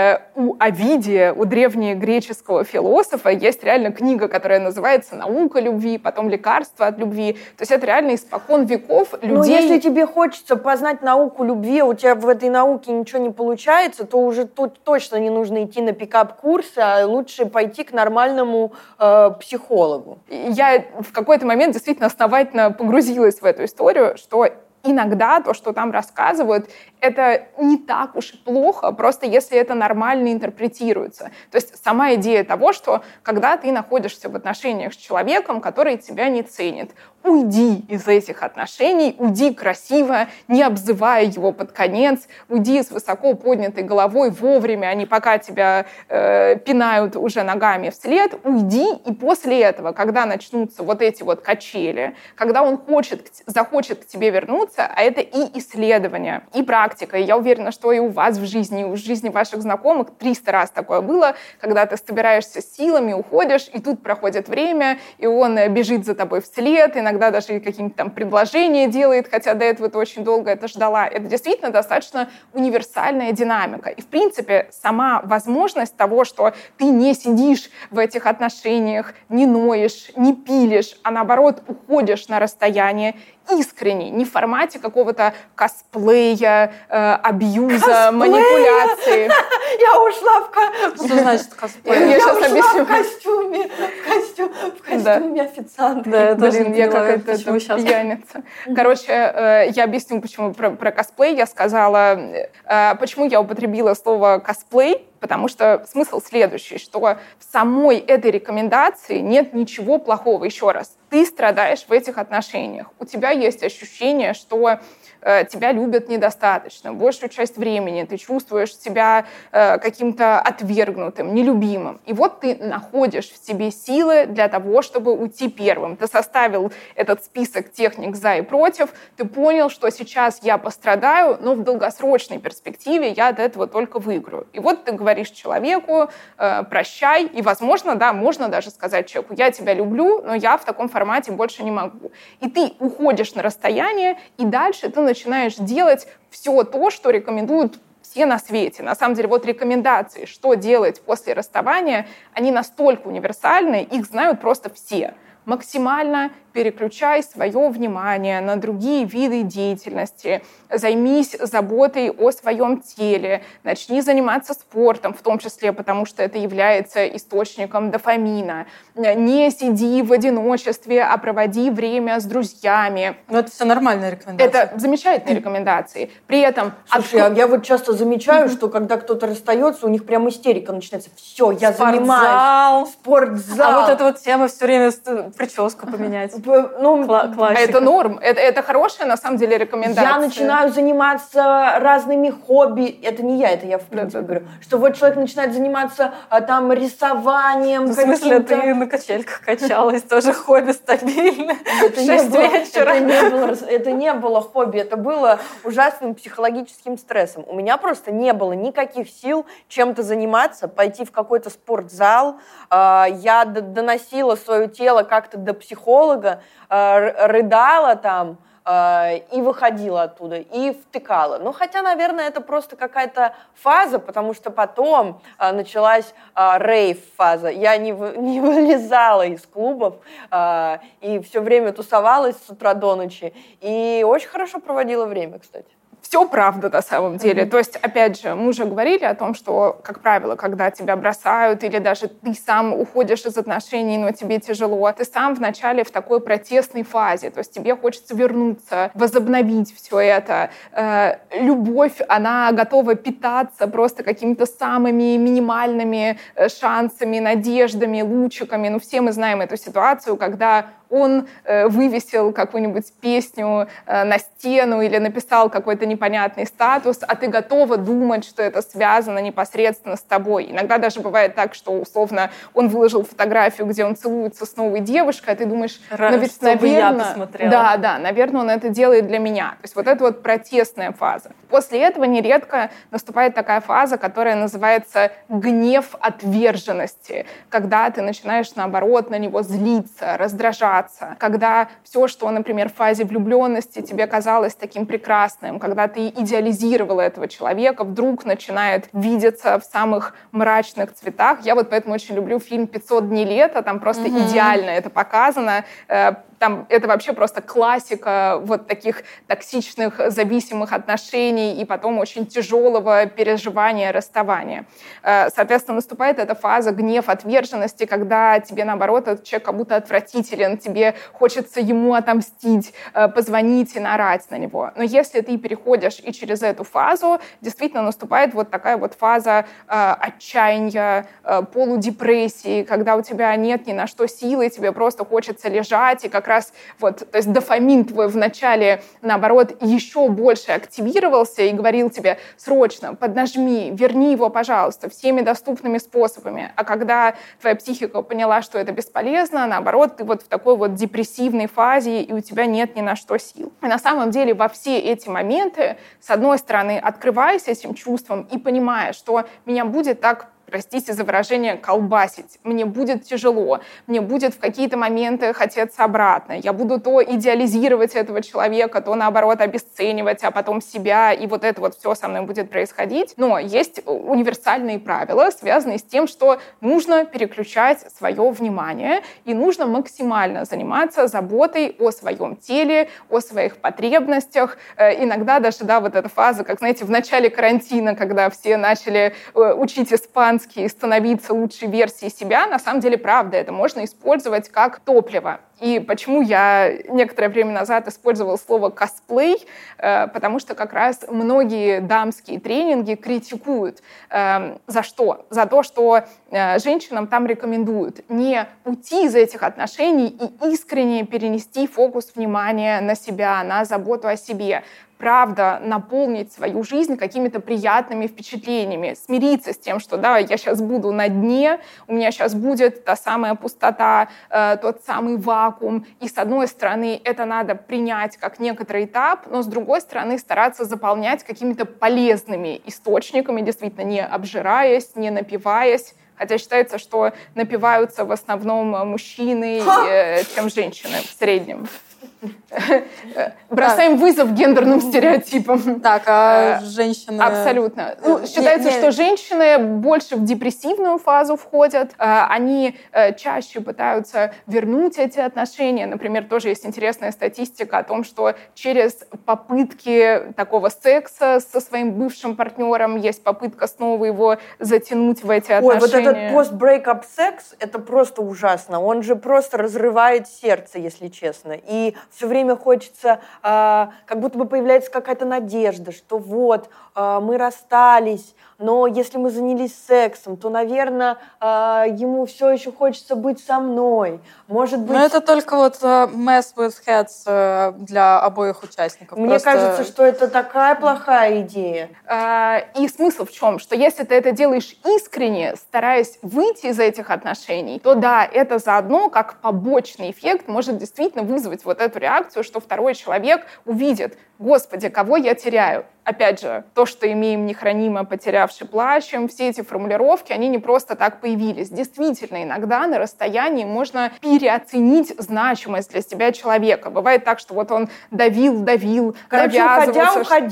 у Овидия, у древнегреческого философа, есть реально книга, которая называется «Наука любви», потом «Лекарство от любви». То есть это реально испокон веков людей... Ну, если тебе хочется познать науку любви, у тебя в этой науке ничего не получается, то уже тут точно не нужно идти на пикап-курсы, а лучше пойти к нормальному психологу. Я в какой-то момент действительно основательно погрузилась в эту историю, что иногда то, что там рассказывают, это не так уж и плохо, просто если это нормально интерпретируется. То есть сама идея того, что когда ты находишься в отношениях с человеком, который тебя не ценит, уйди из этих отношений, уйди красиво, не обзывая его под конец, уйди с высоко поднятой головой вовремя, а не пока тебя пинают уже ногами вслед, уйди, и после этого, когда начнутся вот эти вот качели, когда он захочет к тебе вернуться, а это и исследования, и практика, и я уверена, что и у вас в жизни, и в жизни ваших знакомых 300 раз такое было, когда ты собираешься силами, уходишь, и тут проходит время, и он бежит за тобой вслед, иногда даже какие-то там предложения делает, хотя до этого ты очень долго это ждала. Это действительно достаточно универсальная динамика. И, в принципе, сама возможность того, что ты не сидишь в этих отношениях, не ноешь, не пилишь, а наоборот уходишь на расстояние, искренний, не в формате какого-то косплея, абьюза, манипуляции. Я ушла в костюме. Что значит косплей? Я ушла в костюме официанта. Да, Блин, я какая-то пьяница. Короче, я объясню, почему про косплей я сказала. Почему я употребила слово косплей? Потому что смысл следующий, что в самой этой рекомендации нет ничего плохого. Еще раз, ты страдаешь в этих отношениях. У тебя есть ощущение, что тебя любят недостаточно. Большую часть времени ты чувствуешь себя каким-то отвергнутым, нелюбимым. И вот ты находишь в себе силы для того, чтобы уйти первым. Ты составил этот список техник за и против, ты понял, что сейчас я пострадаю, но в долгосрочной перспективе я от этого только выиграю. И вот ты говоришь человеку «прощай», и, возможно, да, можно даже сказать человеку «я тебя люблю, но я в таком формате больше не могу». И ты уходишь на расстояние, и дальше ты начинаешь делать все то, что рекомендуют все на свете. На самом деле, вот рекомендации, что делать после расставания, они настолько универсальны, их знают просто все. Максимально переключай свое внимание на другие виды деятельности, займись заботой о своем теле, начни заниматься спортом, в том числе потому, что это является источником дофамина. Не сиди в одиночестве, а проводи время с друзьями. Ну, это все нормальные рекомендации. Это замечательные рекомендации. При этом... Слушай, я вот часто замечаю, что когда кто-то расстается, у них прям истерика начинается. Все, я занимаюсь. Спортзал. А вот эта вот тема все время прическу поменять. Классика. Это норм. Это хорошая, на самом деле, рекомендация. Я начинаю заниматься разными хобби. Это не я, это я в принципе говорю. Что вот человек начинает заниматься там рисованием. В смысле, ты на качельках качалась, тоже хобби стабильно. Это не было хобби, это было ужасным психологическим стрессом. У меня просто не было никаких сил чем-то заниматься, пойти в какой-то спортзал. Я доносила свое тело как-то до психолога, рыдала там и выходила оттуда, и втыкала. Ну, хотя, наверное, это просто какая-то фаза, потому что потом началась рейв-фаза. Я не вылезала из клубов и все время тусовалась с утра до ночи. И очень хорошо проводила время, кстати. все правда на самом деле. То есть, опять же, мы уже говорили о том, что, как правило, когда тебя бросают или даже ты сам уходишь из отношений, но тебе тяжело, ты сам вначале в такой протестной фазе, то есть тебе хочется вернуться, возобновить все это. Любовь, она готова питаться просто какими-то самыми минимальными шансами, надеждами, лучиками. Ну, все мы знаем эту ситуацию, когда он вывесил какую-нибудь песню на стену или написал какой-то непонятный статус, а ты готова думать, что это связано непосредственно с тобой. Иногда даже бывает так, что, условно, он выложил фотографию, где он целуется с новой девушкой, а ты думаешь, ну ведь, наверное... Да, наверное, он это делает для меня. То есть вот это вот протестная фаза. После этого нередко наступает такая фаза, которая называется гнев отверженности, когда ты начинаешь, наоборот, на него злиться, раздражаться, когда все, что, например, в фазе влюбленности тебе казалось таким прекрасным, когда ты идеализировала этого человека, вдруг начинает видеться в самых мрачных цветах. Я вот поэтому очень люблю фильм «500 дней лета», там просто идеально это показано. Там это вообще просто классика вот таких токсичных, зависимых отношений и потом очень тяжелого переживания расставания. Соответственно, наступает эта фаза гнев отверженности, когда тебе, наоборот, этот человек как будто отвратителен, тебе хочется ему отомстить, позвонить и наорать на него. Но если ты переходишь и через эту фазу, действительно наступает вот такая вот фаза отчаяния, полудепрессии, когда у тебя нет ни на что силы, тебе просто хочется лежать, и как раз вот, то есть дофамин твой вначале, наоборот, еще больше активировался и говорил тебе: срочно, поднажми, верни его, пожалуйста, всеми доступными способами. А когда твоя психика поняла, что это бесполезно, наоборот, ты вот в такой вот депрессивной фазе, и у тебя нет ни на что сил. И на самом деле во все эти моменты, с одной стороны, открываясь этим чувством и понимая, что меня будет так, простите за выражение, колбасить. Мне будет тяжело, мне будет в какие-то моменты хотеться обратно. Я буду то идеализировать этого человека, то, наоборот, обесценивать, а потом себя, и вот это вот все со мной будет происходить. Но есть универсальные правила, связанные с тем, что нужно переключать свое внимание, и нужно максимально заниматься заботой о своем теле, о своих потребностях. Иногда даже, да, вот эта фаза, как, знаете, в начале карантина, когда все начали учить испанский и становиться лучшей версией себя, на самом деле, правда, это можно использовать как топливо. И почему я некоторое время назад использовала слово «косплей», потому что как раз многие дамские тренинги критикуют. За что? За то, что женщинам там рекомендуют не уйти из этих отношений и искренне перенести фокус внимания на себя, на заботу о себе, правда, наполнить свою жизнь какими-то приятными впечатлениями, смириться с тем, что да, я сейчас буду на дне, у меня сейчас будет та самая пустота, тот самый вакуум. И с одной стороны, это надо принять как некоторый этап, но с другой стороны, стараться заполнять какими-то полезными источниками, действительно не обжираясь, не напиваясь. Хотя считается, что напиваются в основном мужчины, чем женщины в среднем. Бросаем вызов гендерным стереотипам. Так, а женщины... Абсолютно. Считается, что женщины больше в депрессивную фазу входят. Они чаще пытаются вернуть эти отношения. Например, тоже есть интересная статистика о том, что через попытки такого секса со своим бывшим партнером есть попытка снова его затянуть в эти отношения. Ой, вот этот пост-брейкап секс, это просто ужасно. Он же просто разрывает сердце, если честно. И все время хочется, как будто бы появляется какая-то надежда, что вот, мы расстались, но если мы занялись сексом, то, наверное, ему все еще хочется быть со мной. Может быть... Но это только вот mess with heads для обоих участников. Мне кажется, что это такая плохая идея. И смысл в чем? Что если ты это делаешь искренне, стараясь выйти из этих отношений, то да, это заодно, как побочный эффект, может действительно вызвать вот эту реакцию, что второй человек увидит: «Господи, кого я теряю?» Опять же, то, что имеем нехранимо, потерявши плачем, все эти формулировки, они не просто так появились. Действительно, иногда на расстоянии можно переоценить значимость для себя человека. Бывает так, что вот он давил, короче, навязывался. уходи.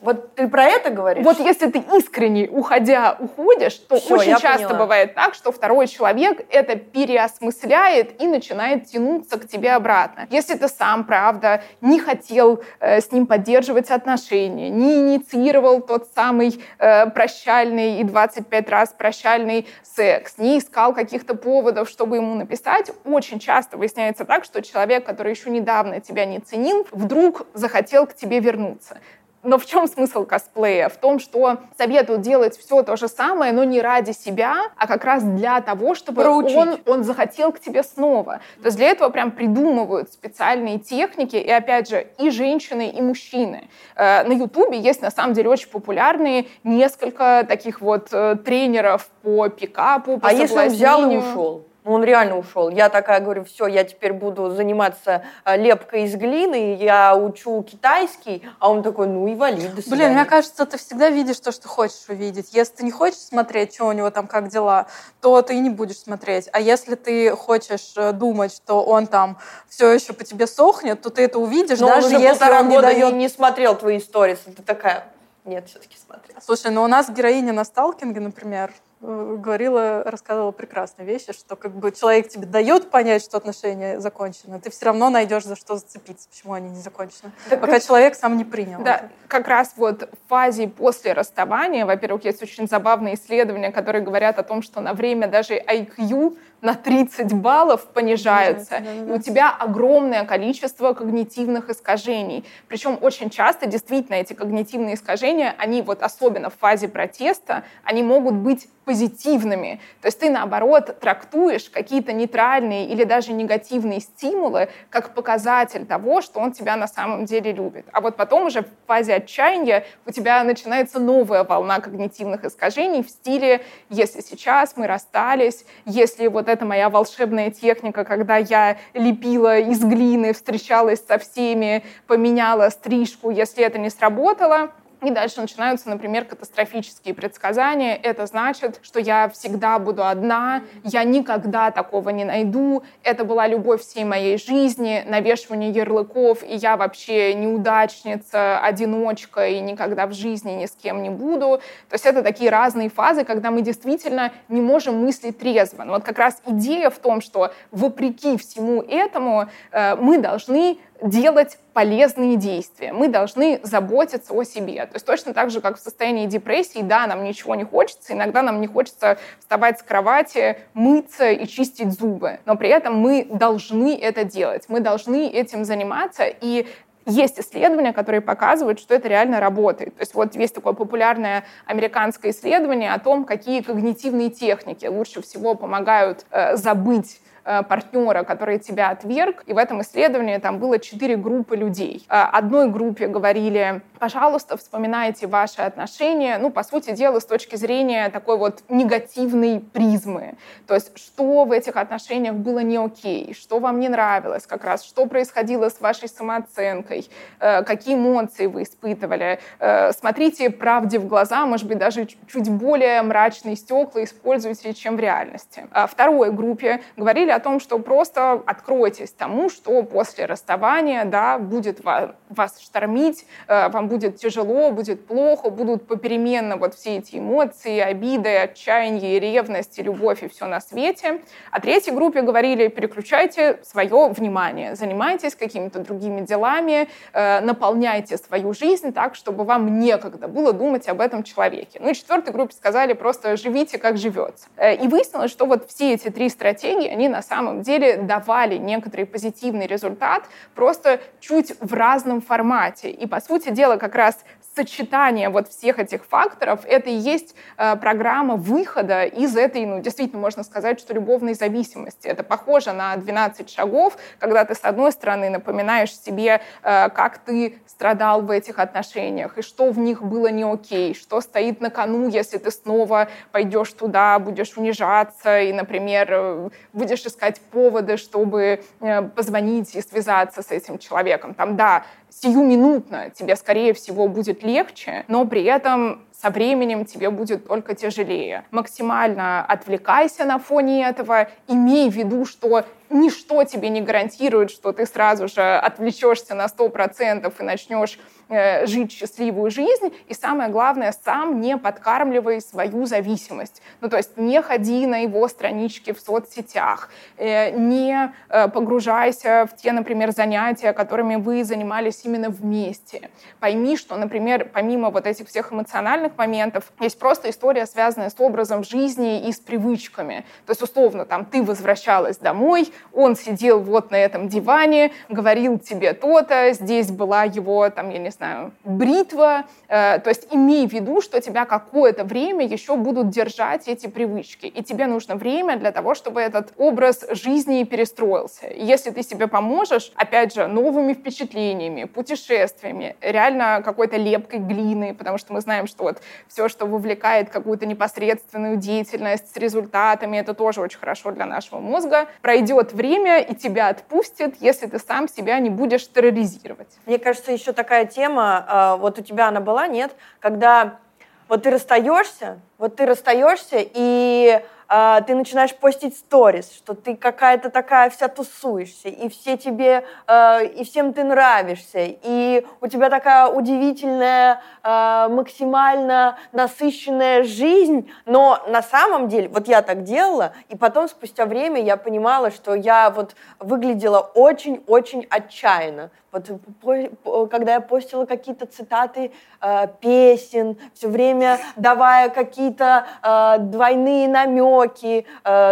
Вот ты про это говоришь? Вот если ты искренне, уходишь, то Всё, очень часто поняла. бывает так, что второй человек это переосмысляет и начинает тянуться к тебе обратно. Если ты сам, правда, не хотел с ним поддерживать отношения, не инициировал тот самый прощальный и 25 раз прощальный секс, не искал каких-то поводов, чтобы ему написать, очень часто выясняется так, что человек, который еще недавно тебя не ценил, вдруг захотел к тебе вернуться. Но в чем смысл косплея? В том, что советуют делать все то же самое, но не ради себя, а как раз для того, чтобы он захотел к тебе снова. То есть для этого прям придумывают специальные техники, и опять же, и женщины, и мужчины. На Ютубе есть на самом деле очень популярные несколько таких вот тренеров по пикапу, по соблазнению. Если он взял и ушел? Он реально ушел. Я такая говорю, все, я теперь буду заниматься лепкой из глины, я учу китайский, а он такой, ну и вали, до свидания. Блин, мне кажется, ты всегда видишь то, что хочешь увидеть. Если ты не хочешь смотреть, что у него там, как дела, то ты и не будешь смотреть. А если ты хочешь думать, что он там все еще по тебе сохнет, то ты это увидишь, но даже он уже если он не дает... не смотрел твои сторис, ты такая, нет, все-таки смотрел. Слушай, ну у нас героиня на сталкинге, например, рассказывала прекрасные вещи, что как бы человек тебе дает понять, что отношения закончены, ты все равно найдешь за что зацепиться, почему они не закончены, пока человек сам не принял. Да, это. Как раз вот в фазе после расставания, во-первых, есть очень забавные исследования, которые говорят о том, что на время даже IQ на 30 баллов понижается, и у тебя огромное количество когнитивных искажений. Причем очень часто действительно эти когнитивные искажения, они вот особенно в фазе протеста, они могут быть позитивными. То есть ты, наоборот, трактуешь какие-то нейтральные или даже негативные стимулы как показатель того, что он тебя на самом деле любит. А вот потом уже в фазе отчаяния у тебя начинается новая волна когнитивных искажений в стиле «если сейчас мы расстались», «если вот это моя волшебная техника, когда я лепила из глины, встречалась со всеми, поменяла стрижку, если это не сработало». И дальше начинаются, например, катастрофические предсказания. Это значит, что я всегда буду одна, я никогда такого не найду, это была любовь всей моей жизни, навешивание ярлыков, и я вообще неудачница, одиночка, и никогда в жизни ни с кем не буду. То есть это такие разные фазы, когда мы действительно не можем мыслить трезво. Но вот как раз идея в том, что вопреки всему этому мы должны делать полезные действия. Мы должны заботиться о себе. То есть точно так же, как в состоянии депрессии, да, нам ничего не хочется, иногда нам не хочется вставать с кровати, мыться и чистить зубы, но при этом мы должны это делать, мы должны этим заниматься, и есть исследования, которые показывают, что это реально работает. То есть вот есть такое популярное американское исследование о том, какие когнитивные техники лучше всего помогают забыть партнера, который тебя отверг. И в этом исследовании там было 4 группы людей. Одной группе говорили: пожалуйста, вспоминайте ваши отношения, ну, по сути дела, с точки зрения такой вот негативной призмы. То есть, что в этих отношениях было не окей, что вам не нравилось как раз, что происходило с вашей самооценкой, какие эмоции вы испытывали. Смотрите правде в глаза, может быть, даже чуть более мрачные стекла используйте, чем в реальности. Второй группе говорили о том, что просто откройтесь тому, что после расставания, да, будет вас штормить, вам будет тяжело, будет плохо, будут попеременно вот все эти эмоции, обиды, отчаяние, ревность, любовь и все на свете. А третьей группе говорили: переключайте свое внимание, занимайтесь какими-то другими делами, наполняйте свою жизнь так, чтобы вам некогда было думать об этом человеке. Ну и четвертой группе сказали: просто живите, как живется. И выяснилось, что вот все эти 3 стратегии, они на самом деле давали некоторый позитивный результат, просто чуть в разном формате. И, по сути дела, как раз сочетание вот всех этих факторов — это и есть программа выхода из этой, ну, действительно, можно сказать, что любовной зависимости. Это похоже на 12 шагов, когда ты, с одной стороны, напоминаешь себе, как ты страдал в этих отношениях, и что в них было не окей, что стоит на кону, если ты снова пойдешь туда, будешь унижаться и, например, будешь искать поводы, чтобы позвонить и связаться с этим человеком. Там, да, сиюминутно тебе, скорее всего, будет легче, но при этом со временем тебе будет только тяжелее. Максимально отвлекайся на фоне этого, имей в виду, что ничто тебе не гарантирует, что ты сразу же отвлечешься на 100% и начнешь жить счастливую жизнь. И самое главное, сам не подкармливай свою зависимость. Ну, то есть не ходи на его странички в соцсетях, не погружайся в те, например, занятия, которыми вы занимались именно вместе. Пойми, что, например, помимо вот этих всех эмоциональных моментов, есть просто история, связанная с образом жизни и с привычками. То есть, условно, там, ты возвращалась домой, он сидел вот на этом диване, говорил тебе то-то, здесь была его, там, я не знаю, бритва. То есть имей в виду, что тебя какое-то время еще будут держать эти привычки. И тебе нужно время для того, чтобы этот образ жизни перестроился. И если ты себе поможешь, опять же, новыми впечатлениями, путешествиями, реально какой-то лепкой глины, потому что мы знаем, что вот все, что вовлекает какую-то непосредственную деятельность с результатами, это тоже очень хорошо для нашего мозга. Пройдет время, и тебя отпустит, если ты сам себя не будешь терроризировать. Мне кажется, еще такая тема, вот у тебя она была, нет? Когда вот ты расстаешься, и ты начинаешь постить сторис, что ты какая-то такая вся тусуешься, и все тебе, и всем ты нравишься, и у тебя такая удивительная, максимально насыщенная жизнь, но на самом деле, вот я так делала, и потом спустя время я понимала, что я вот выглядела очень-очень отчаянно. Вот когда я постила какие-то цитаты песен, все время давая какие-то двойные намеки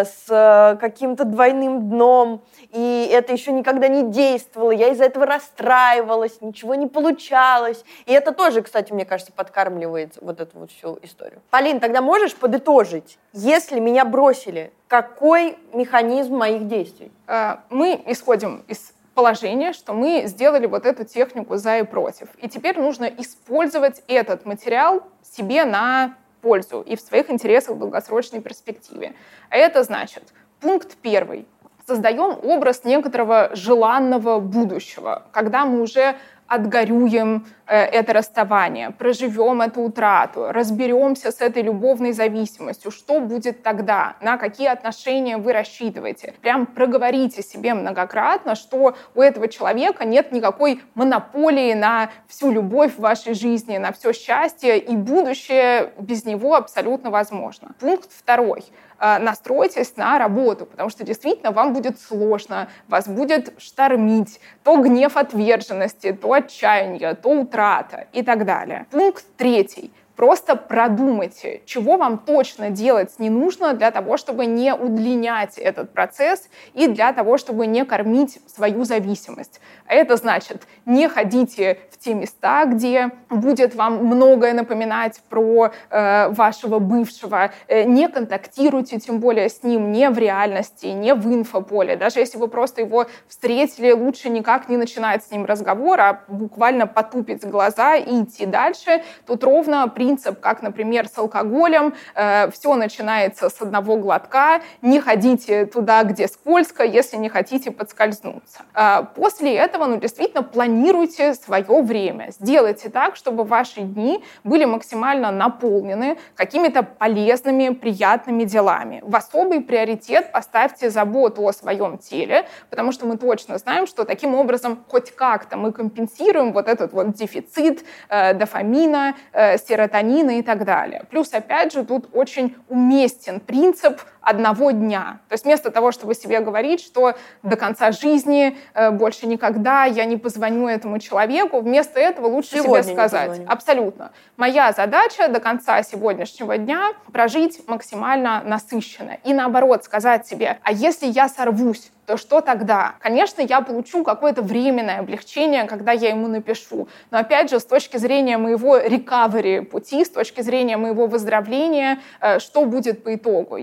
с каким-то двойным дном, и это еще никогда не действовало, я из-за этого расстраивалась, ничего не получалось. И это тоже, кстати, мне кажется, подкармливает вот эту вот всю историю. Полин, тогда можешь подытожить, если меня бросили, какой механизм моих действий? Мы исходим из положение, что мы сделали вот эту технику за и против. И теперь нужно использовать этот материал себе на пользу и в своих интересах в долгосрочной перспективе. А это значит, пункт 1. Создаем образ некоторого желанного будущего, когда мы уже отгорюем это расставание, проживем эту утрату, разберемся с этой любовной зависимостью, что будет тогда, на какие отношения вы рассчитываете. Прям проговорите себе многократно, что у этого человека нет никакой монополии на всю любовь в вашей жизни, на все счастье, и будущее без него абсолютно возможно. Пункт 2. Настройтесь на работу, потому что действительно вам будет сложно, вас будет штормить то гнев отверженности, то отчаяние, то утрата и так далее. Пункт 3. Просто продумайте, чего вам точно делать не нужно для того, чтобы не удлинять этот процесс и для того, чтобы не кормить свою зависимость. А это значит, не ходите в те места, где будет вам многое напоминать про вашего бывшего, не контактируйте, тем более с ним, не в реальности, не в инфополе. Даже если вы просто его встретили, лучше никак не начинать с ним разговор, а буквально потупить глаза и идти дальше. Тут ровно принцип, как, например, с алкоголем. Все начинается с одного глотка. Не ходите туда, где скользко, если не хотите подскользнуться. После этого, действительно, планируйте свое время. Сделайте так, чтобы ваши дни были максимально наполнены какими-то полезными, приятными делами. В особый приоритет поставьте заботу о своем теле, потому что мы точно знаем, что таким образом хоть как-то мы компенсируем вот этот вот дефицит дофамина, серотонина и так далее. Плюс, опять же, тут очень уместен принцип одного дня. То есть вместо того, чтобы себе говорить, что до конца жизни больше никогда я не позвоню этому человеку, вместо этого лучше себе сказать. Абсолютно. Моя задача до конца сегодняшнего дня прожить максимально насыщенно. И наоборот, сказать себе, а если я сорвусь, то что тогда? Конечно, я получу какое-то временное облегчение, когда я ему напишу. Но опять же, с точки зрения моего recovery пути, с точки зрения моего выздоровления, что будет по итогу? Я только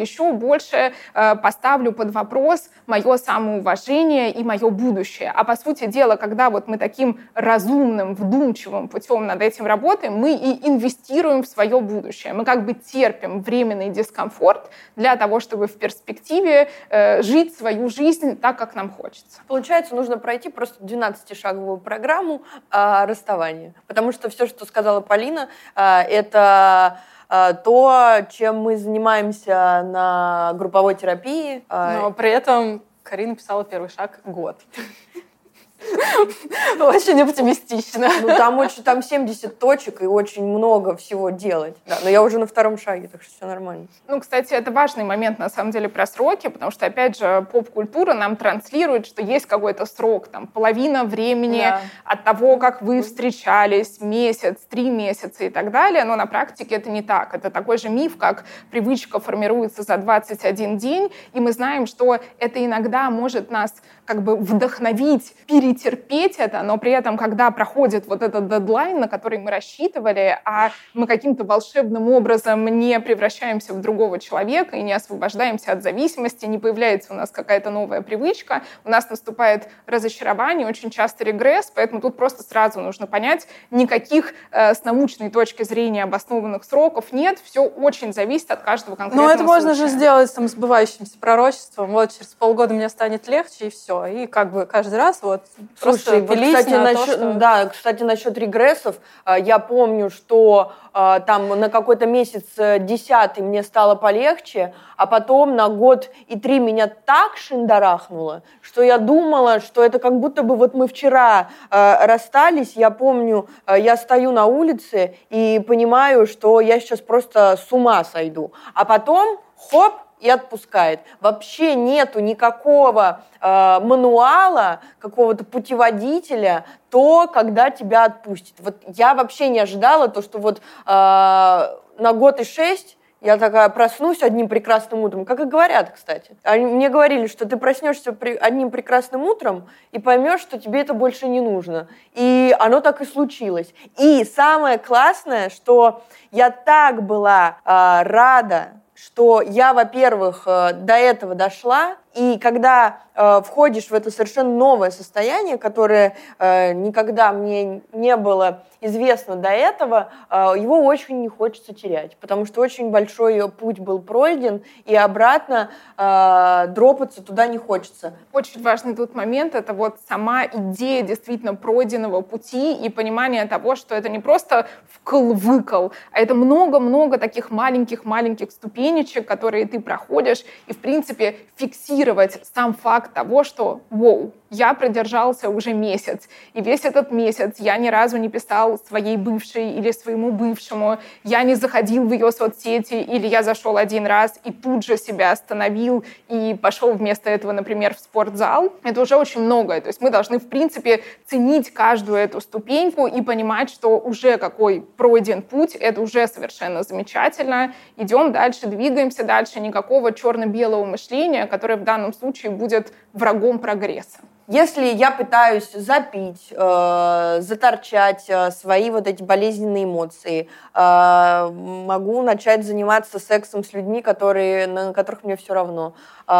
еще больше поставлю под вопрос мое самоуважение и мое будущее. А по сути дела, когда вот мы таким разумным, вдумчивым путем над этим работаем, мы и инвестируем в свое будущее. Мы как бы терпим временный дискомфорт для того, чтобы в перспективе жить свою жизнь так, как нам хочется. Получается, нужно пройти просто 12-шаговую программу расставания. Потому что все, что сказала Полина, это то, чем мы занимаемся на групповой терапии. Но при этом Карина писала первый шаг год. Очень оптимистично. Там 70 точек и очень много всего делать. Да, но я уже на 2-м шаге, так что все нормально. Кстати, это важный момент, на самом деле, про сроки, потому что, опять же, поп-культура нам транслирует, что есть какой-то срок, там, половина времени от того, как вы встречались, месяц, 3 месяца и так далее, но на практике это не так. Это такой же миф, как привычка формируется за 21 день, и мы знаем, что это иногда может нас как бы вдохновить, перетерпеть это, но при этом, когда проходит вот этот дедлайн, на который мы рассчитывали, а мы каким-то волшебным образом не превращаемся в другого человека и не освобождаемся от зависимости, не появляется у нас какая-то новая привычка, у нас наступает разочарование, очень часто регресс, поэтому тут просто сразу нужно понять, никаких с научной точки зрения обоснованных сроков нет, все очень зависит от каждого конкретного случая. Но это можно же сделать там сбывающимся пророчеством, вот через полгода мне станет легче и все, и как бы каждый раз вот просто велись на то, что... Да, кстати, насчет регрессов, я помню, что там на какой-то месяц 10-й мне стало полегче, а потом на год и 3 меня так шиндарахнуло, что я думала, что это как будто бы вот мы вчера расстались, я помню, я стою на улице и понимаю, что я сейчас просто с ума сойду, а потом хоп, и отпускает. Вообще нету никакого мануала, какого-то путеводителя, когда тебя отпустит. Вот я вообще не ожидала то, что вот на год и 6 я такая проснусь одним прекрасным утром, как и говорят, кстати. Они мне говорили, что ты проснешься одним прекрасным утром и поймешь, что тебе это больше не нужно. И оно так и случилось. И самое классное, что я так была рада, что я, во-первых, до этого дошла, и когда входишь в это совершенно новое состояние, которое никогда мне не было известно до этого, его очень не хочется терять, потому что очень большой путь был пройден, и обратно дропаться туда не хочется. Очень важный тут момент — это вот сама идея действительно пройденного пути и понимание того, что это не просто вкл-выкл, а это много-много таких маленьких-маленьких ступенечек, которые ты проходишь, и, в принципе, фиксировать сам факт того, что «воу, я продержался уже месяц, и весь этот месяц я ни разу не писал своей бывшей или своему бывшему, я не заходил в ее соцсети, или я зашел один раз и тут же себя остановил и пошел вместо этого, например, в спортзал». Это уже очень многое. То есть мы должны, в принципе, ценить каждую эту ступеньку и понимать, что уже какой пройден путь, это уже совершенно замечательно. Идем дальше, двигаемся дальше. Никакого черно-белого мышления, которое в данном случае будет врагом прогресса. Если я пытаюсь запить, заторчать свои вот эти болезненные эмоции, могу начать заниматься сексом с людьми, на которых мне все равно,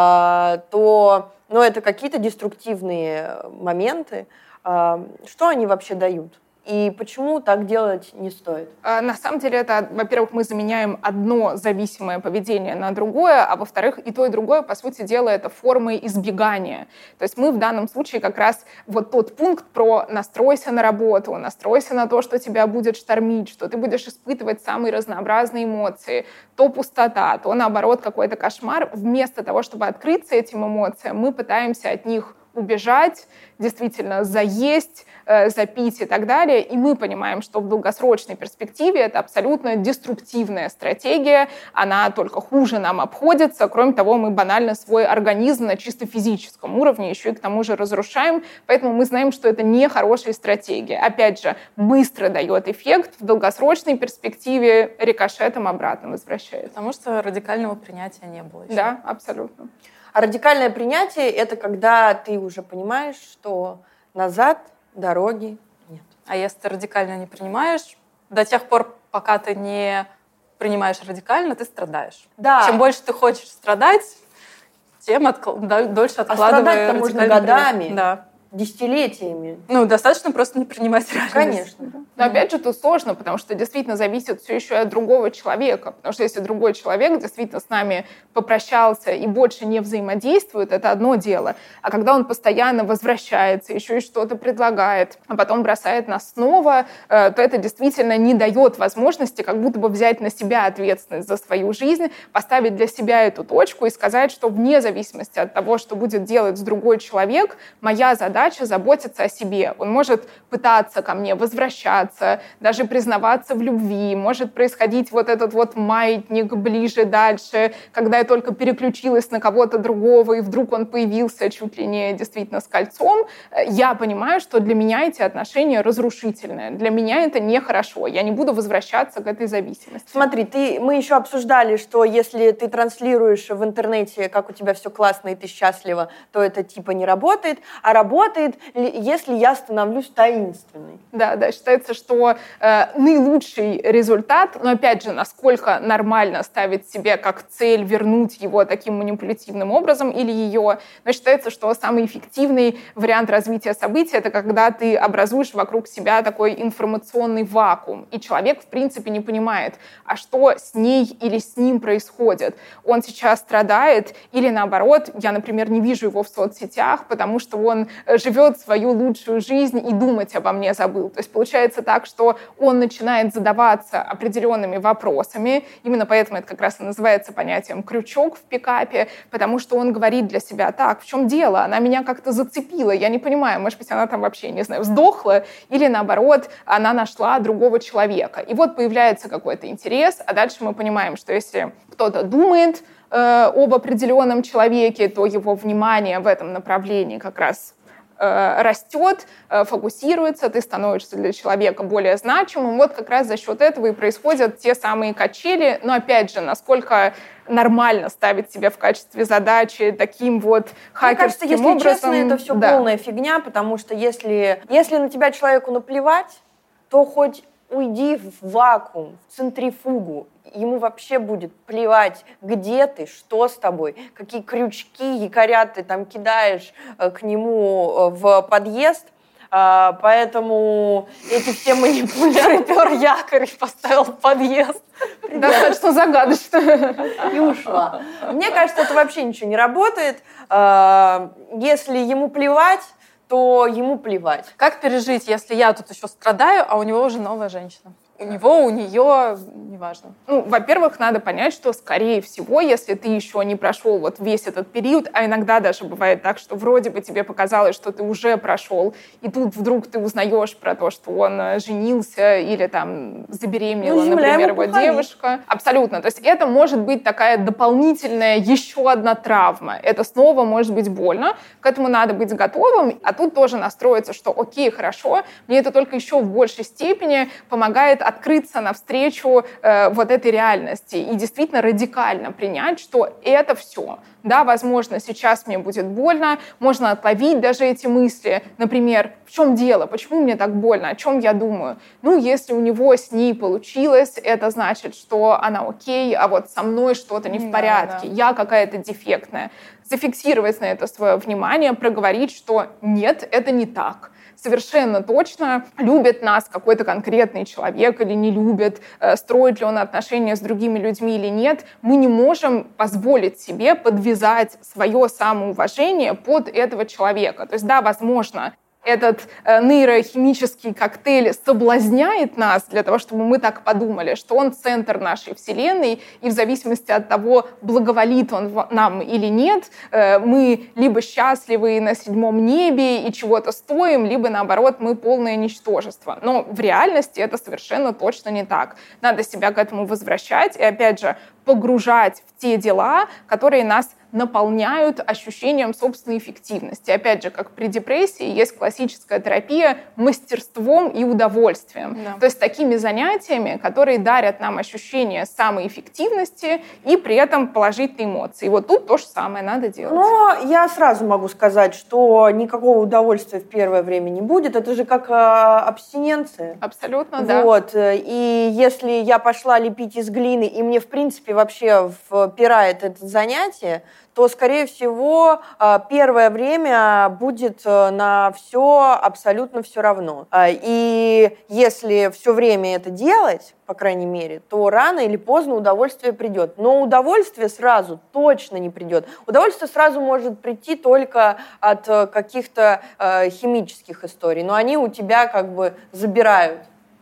то это какие-то деструктивные моменты. Что они вообще дают? И почему так делать не стоит? На самом деле это, во-первых, мы заменяем одно зависимое поведение на другое, а во-вторых, и то, и другое, по сути дела, это формы избегания. То есть мы в данном случае как раз вот тот пункт про настройся на работу, настройся на то, что тебя будет штормить, что ты будешь испытывать самые разнообразные эмоции, то пустота, то, наоборот, какой-то кошмар. Вместо того, чтобы открыться этим эмоциям, мы пытаемся от них убежать, действительно заесть, запить и так далее. И мы понимаем, что в долгосрочной перспективе это абсолютно деструктивная стратегия, она только хуже нам обходится. Кроме того, мы банально свой организм на чисто физическом уровне еще и к тому же разрушаем. Поэтому мы знаем, что это не хорошая стратегия. Опять же, быстро дает эффект, в долгосрочной перспективе рикошетом обратно возвращается. Потому что радикального принятия не было еще. Да, абсолютно. А радикальное принятие — это когда ты уже понимаешь, что назад дороги нет. А если ты радикально не принимаешь, до тех пор, пока ты не принимаешь радикально, ты страдаешь. Да. Чем больше ты хочешь страдать, тем дольше откладывая. А страдать-то можно годами. Да. Десятилетиями. Достаточно просто не принимать реальность. Конечно. Но опять же, тут сложно, потому что действительно зависит все еще и от другого человека. Потому что если другой человек действительно с нами попрощался и больше не взаимодействует, это одно дело. А когда он постоянно возвращается, еще и что-то предлагает, а потом бросает нас снова, то это действительно не дает возможности как будто бы взять на себя ответственность за свою жизнь, поставить для себя эту точку и сказать, что вне зависимости от того, что будет делать другой человек, моя задача заботиться о себе. Он может пытаться ко мне возвращаться, даже признаваться в любви, может происходить вот этот вот маятник ближе, дальше, когда я только переключилась на кого-то другого, и вдруг он появился чуть ли не действительно с кольцом. Я понимаю, что для меня эти отношения разрушительные. Для меня это нехорошо. Я не буду возвращаться к этой зависимости. Смотри, мы еще обсуждали, что если ты транслируешь в интернете, как у тебя все классно и ты счастлива, то это типа не работает, а работает, если я становлюсь таинственной. Да, считается, что наилучший результат, но опять же, насколько нормально ставить себе как цель вернуть его таким манипулятивным образом или ее, но считается, что самый эффективный вариант развития событий — это когда ты образуешь вокруг себя такой информационный вакуум, и человек в принципе не понимает, а что с ней или с ним происходит. Он сейчас страдает или наоборот, я, например, не вижу его в соцсетях, потому что он живет свою лучшую жизнь и думать обо мне забыл. То есть получается так, что он начинает задаваться определенными вопросами, именно поэтому это как раз и называется понятием крючок в пикапе, потому что он говорит для себя: так, в чем дело? Она меня как-то зацепила, я не понимаю, может быть, она там вообще, не знаю, сдохла, или наоборот, она нашла другого человека. И вот появляется какой-то интерес, а дальше мы понимаем, что если кто-то думает об определенном человеке, то его внимание в этом направлении как раз растет, фокусируется, ты становишься для человека более значимым. Вот как раз за счет этого и происходят те самые качели. Но опять же, насколько нормально ставить себя в качестве задачи таким вот хакерским образом. Мне кажется, если честно, это все полная фигня, потому что если на тебя человеку наплевать, то хоть уйди в вакуум, в центрифугу. Ему вообще будет плевать, где ты, что с тобой, какие крючки, якоря ты там кидаешь к нему в подъезд. Поэтому эти все манипуляции... Припер якорь и поставил в подъезд. Достаточно загадочно. И ушла. Мне кажется, это вообще ничего не работает. Если ему плевать, то ему плевать. Как пережить, если я тут еще страдаю, а у него уже новая женщина? У него, у нее, неважно. Во-первых, надо понять, что, скорее всего, если ты еще не прошел вот весь этот период, а иногда даже бывает так, что вроде бы тебе показалось, что ты уже прошел, и тут вдруг ты узнаешь про то, что он женился или там забеременела, например, его девушка. Абсолютно. То есть это может быть такая дополнительная еще одна травма. Это снова может быть больно. К этому надо быть готовым. А тут тоже настроиться, что окей, хорошо, мне это только еще в большей степени помогает открыться навстречу вот этой реальности и действительно радикально принять, что это все. Да, возможно, сейчас мне будет больно, можно отловить даже эти мысли. Например, в чем дело? Почему мне так больно? О чем я думаю? Если у него с ней получилось, это значит, что она окей, а вот со мной что-то не в порядке, я какая-то дефектная. Зафиксировать на это свое внимание, проговорить, что нет, это не так. Совершенно точно, любит нас какой-то конкретный человек или не любит, строит ли он отношения с другими людьми или нет, мы не можем позволить себе подвязать свое самоуважение под этого человека. То есть, да, возможно, этот нейрохимический коктейль соблазняет нас для того, чтобы мы так подумали, что он центр нашей Вселенной, и в зависимости от того, благоволит он нам или нет, мы либо счастливы на седьмом небе и чего-то стоим, либо, наоборот, мы полное ничтожество. Но в реальности это совершенно точно не так. Надо себя к этому возвращать и, опять же, погружать в те дела, которые нас наполняют ощущением собственной эффективности. Опять же, как при депрессии, есть классическая терапия мастерством и удовольствием. Да. То есть такими занятиями, которые дарят нам ощущение самой эффективности и при этом положительные эмоции. И вот тут то же самое надо делать. Но я сразу могу сказать, что никакого удовольствия в первое время не будет. Это же как абстиненция. Абсолютно, да. Вот. И если я пошла лепить из глины, и мне, в принципе, вообще впирает это занятие, то, скорее всего, первое время будет на все абсолютно все равно. И если все время это делать, по крайней мере, то рано или поздно удовольствие придет. Но удовольствие сразу точно не придет. Удовольствие сразу может прийти только от каких-то химических историй, но они у тебя как бы забирают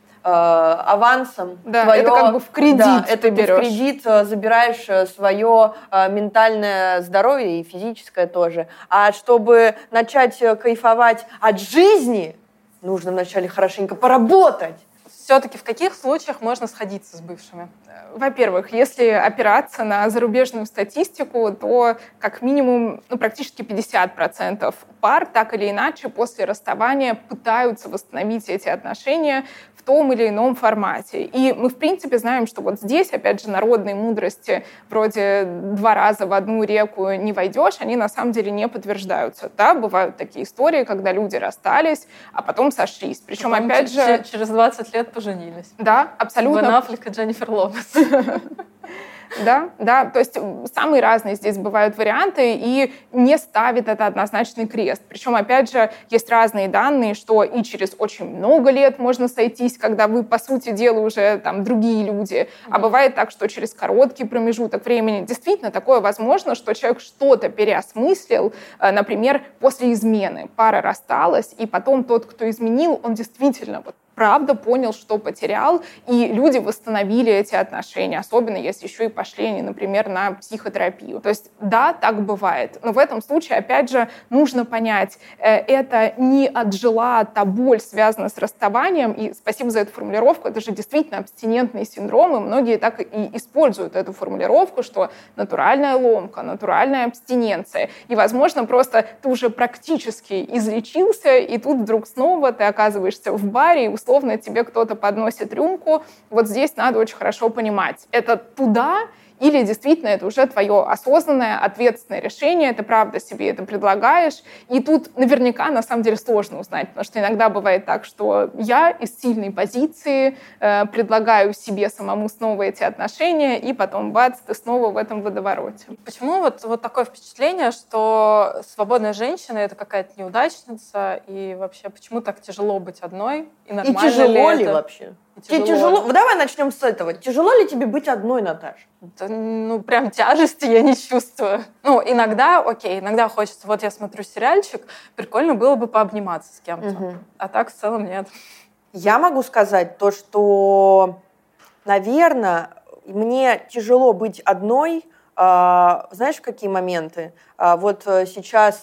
авансом. Да, твое, это как бы в кредит. Да, это ты в кредит забираешь свое ментальное здоровье и физическое тоже. А чтобы начать кайфовать от жизни, нужно вначале хорошенько поработать. Все-таки в каких случаях можно сходиться с бывшими? Во-первых, если опираться на зарубежную статистику, то как минимум практически 50% пар так или иначе после расставания пытаются восстановить эти отношения в том или ином формате. И мы, в принципе, знаем, что вот здесь, опять же, народные мудрости вроде 2 раза в одну реку не войдешь, они на самом деле не подтверждаются. Да, бывают такие истории, когда люди расстались, а потом сошлись. Причем, опять же... Через 20 лет поженились. Да, абсолютно. Бен Аффлек и Дженнифер Лопес. Да, то есть самые разные здесь бывают варианты, и не ставит это однозначный крест. Причем, опять же, есть разные данные, что и через очень много лет можно сойтись, когда вы, по сути дела, уже там другие люди. А бывает так, что через короткий промежуток времени действительно такое возможно, что человек что-то переосмыслил, например, после измены. Пара рассталась, и потом тот, кто изменил, он действительно правда понял, что потерял, и люди восстановили эти отношения, особенно если еще и пошли они, например, на психотерапию. То есть да, так бывает. Но в этом случае, опять же, нужно понять, это не отжила та боль, связана с расставанием, и спасибо за эту формулировку, это же действительно абстинентный синдром, и многие так и используют эту формулировку, что натуральная ломка, натуральная абстиненция. И, возможно, просто ты уже практически излечился, и тут вдруг снова ты оказываешься в баре, и условно тебе кто-то подносит рюмку. Вот здесь надо очень хорошо понимать, это туда или действительно это уже твое осознанное, ответственное решение, ты правда себе это предлагаешь. И тут наверняка на самом деле сложно узнать, потому что иногда бывает так, что я из сильной позиции предлагаю себе самому снова эти отношения, и потом бац, ты снова в этом водовороте. Почему вот такое впечатление, что свободная женщина — это какая-то неудачница, и вообще почему так тяжело быть одной? И нормально и тяжело ли это? Вообще? Тебе тяжело? Давай начнем с этого. Тяжело ли тебе быть одной, Наташ? Да, прям тяжести я не чувствую. Иногда, иногда хочется. Вот я смотрю сериальчик, прикольно было бы пообниматься с кем-то. Угу. А так в целом нет. Я могу сказать то, что, наверное, мне тяжело быть одной. Знаешь, в какие моменты? Вот сейчас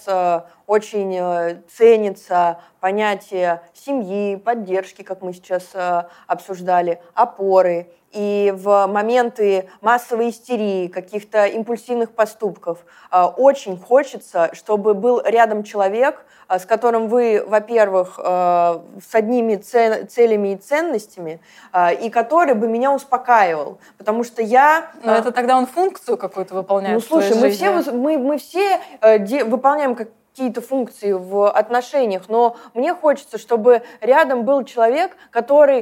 очень ценится понятие семьи, поддержки, как мы сейчас обсуждали, опоры. И в моменты массовой истерии, каких-то импульсивных поступков очень хочется, чтобы был рядом человек, с которым вы, во-первых, с одними целями и ценностями, и который бы меня успокаивал. Потому что я... Но это тогда он функцию какую-то выполняет в слушай, твоей жизни. мы все выполняем какие-то функции в отношениях, но мне хочется, чтобы рядом был человек, который...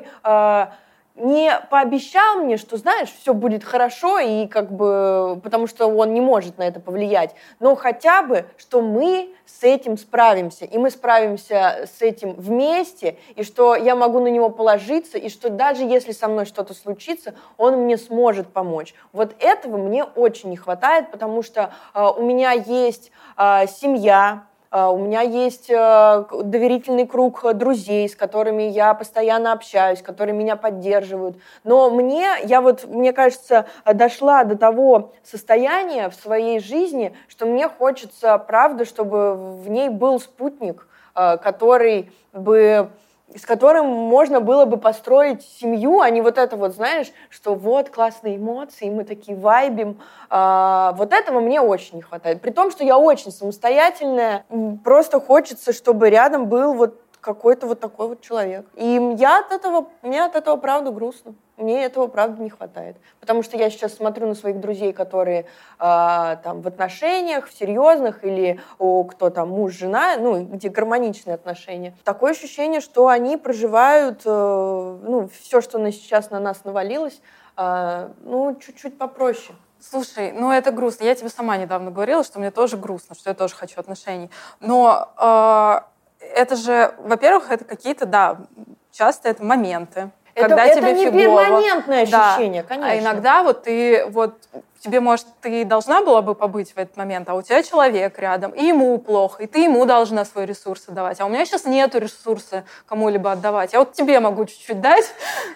не пообещал мне, что, знаешь, все будет хорошо, и потому что он не может на это повлиять, но хотя бы, что мы с этим справимся, и мы справимся с этим вместе, и что я могу на него положиться, и что даже если со мной что-то случится, он мне сможет помочь. Вот этого мне очень не хватает, потому что у меня есть семья, у меня есть доверительный круг друзей, с которыми я постоянно общаюсь, которые меня поддерживают. Но мне кажется, дошла до того состояния в своей жизни, что мне хочется, правда, чтобы в ней был спутник, который бы с которым можно было бы построить семью, а не вот это вот, знаешь, что вот классные эмоции, мы такие вайбим. Вот этого мне очень не хватает. При том, что я очень самостоятельная, просто хочется, чтобы рядом был вот какой-то вот такой вот человек. И мне от этого правда грустно. Мне этого, правда, не хватает. Потому что я сейчас смотрю на своих друзей, которые там в отношениях, в серьезных, или кто там муж, жена, ну, где гармоничные отношения. Такое ощущение, что они проживают, все, что сейчас на нас навалилось, чуть-чуть попроще. Слушай, это грустно. Я тебе сама недавно говорила, что мне тоже грустно, что я тоже хочу отношений. Но это же, во-первых, это какие-то, часто это моменты. Когда это тебе не фигово. Перманентное ощущение, конечно. А иногда тебе, может, ты должна была бы побыть в этот момент, а у тебя человек рядом, и ему плохо, и ты ему должна свой ресурс отдавать. А у меня сейчас нету ресурса кому-либо отдавать. Я вот тебе могу чуть-чуть дать.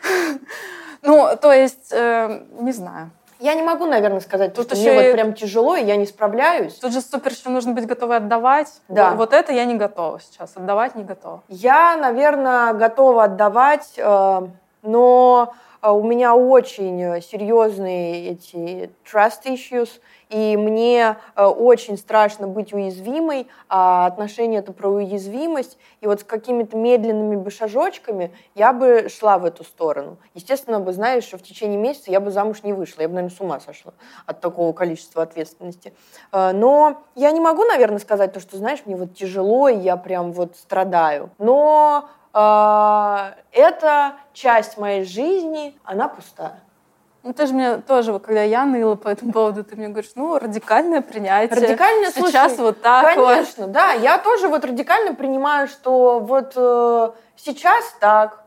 Не знаю. Я не могу, наверное, сказать, что мне вот прям тяжело, и я не справляюсь. Тут же супер еще нужно быть готовой отдавать. Да. Вот это я не готова сейчас. Отдавать не готова. Я, наверное, готова отдавать, но у меня очень серьезные эти trust issues, и мне очень страшно быть уязвимой, а отношения — это про уязвимость, и вот с какими-то медленными бы шажочками я бы шла в эту сторону. Естественно, знаешь, что в течение месяца я бы замуж не вышла, я бы, наверное, с ума сошла от такого количества ответственности. Но я не могу, наверное, сказать то, что, знаешь, мне вот тяжело, и я прям вот страдаю. Но эта часть моей жизни, она пустая. Ты же мне тоже, когда я ныла по этому поводу, ты мне говоришь, радикальное принятие. Радикальное, сейчас слушай, вот так конечно, вот. Да, я тоже вот радикально принимаю, что вот сейчас так,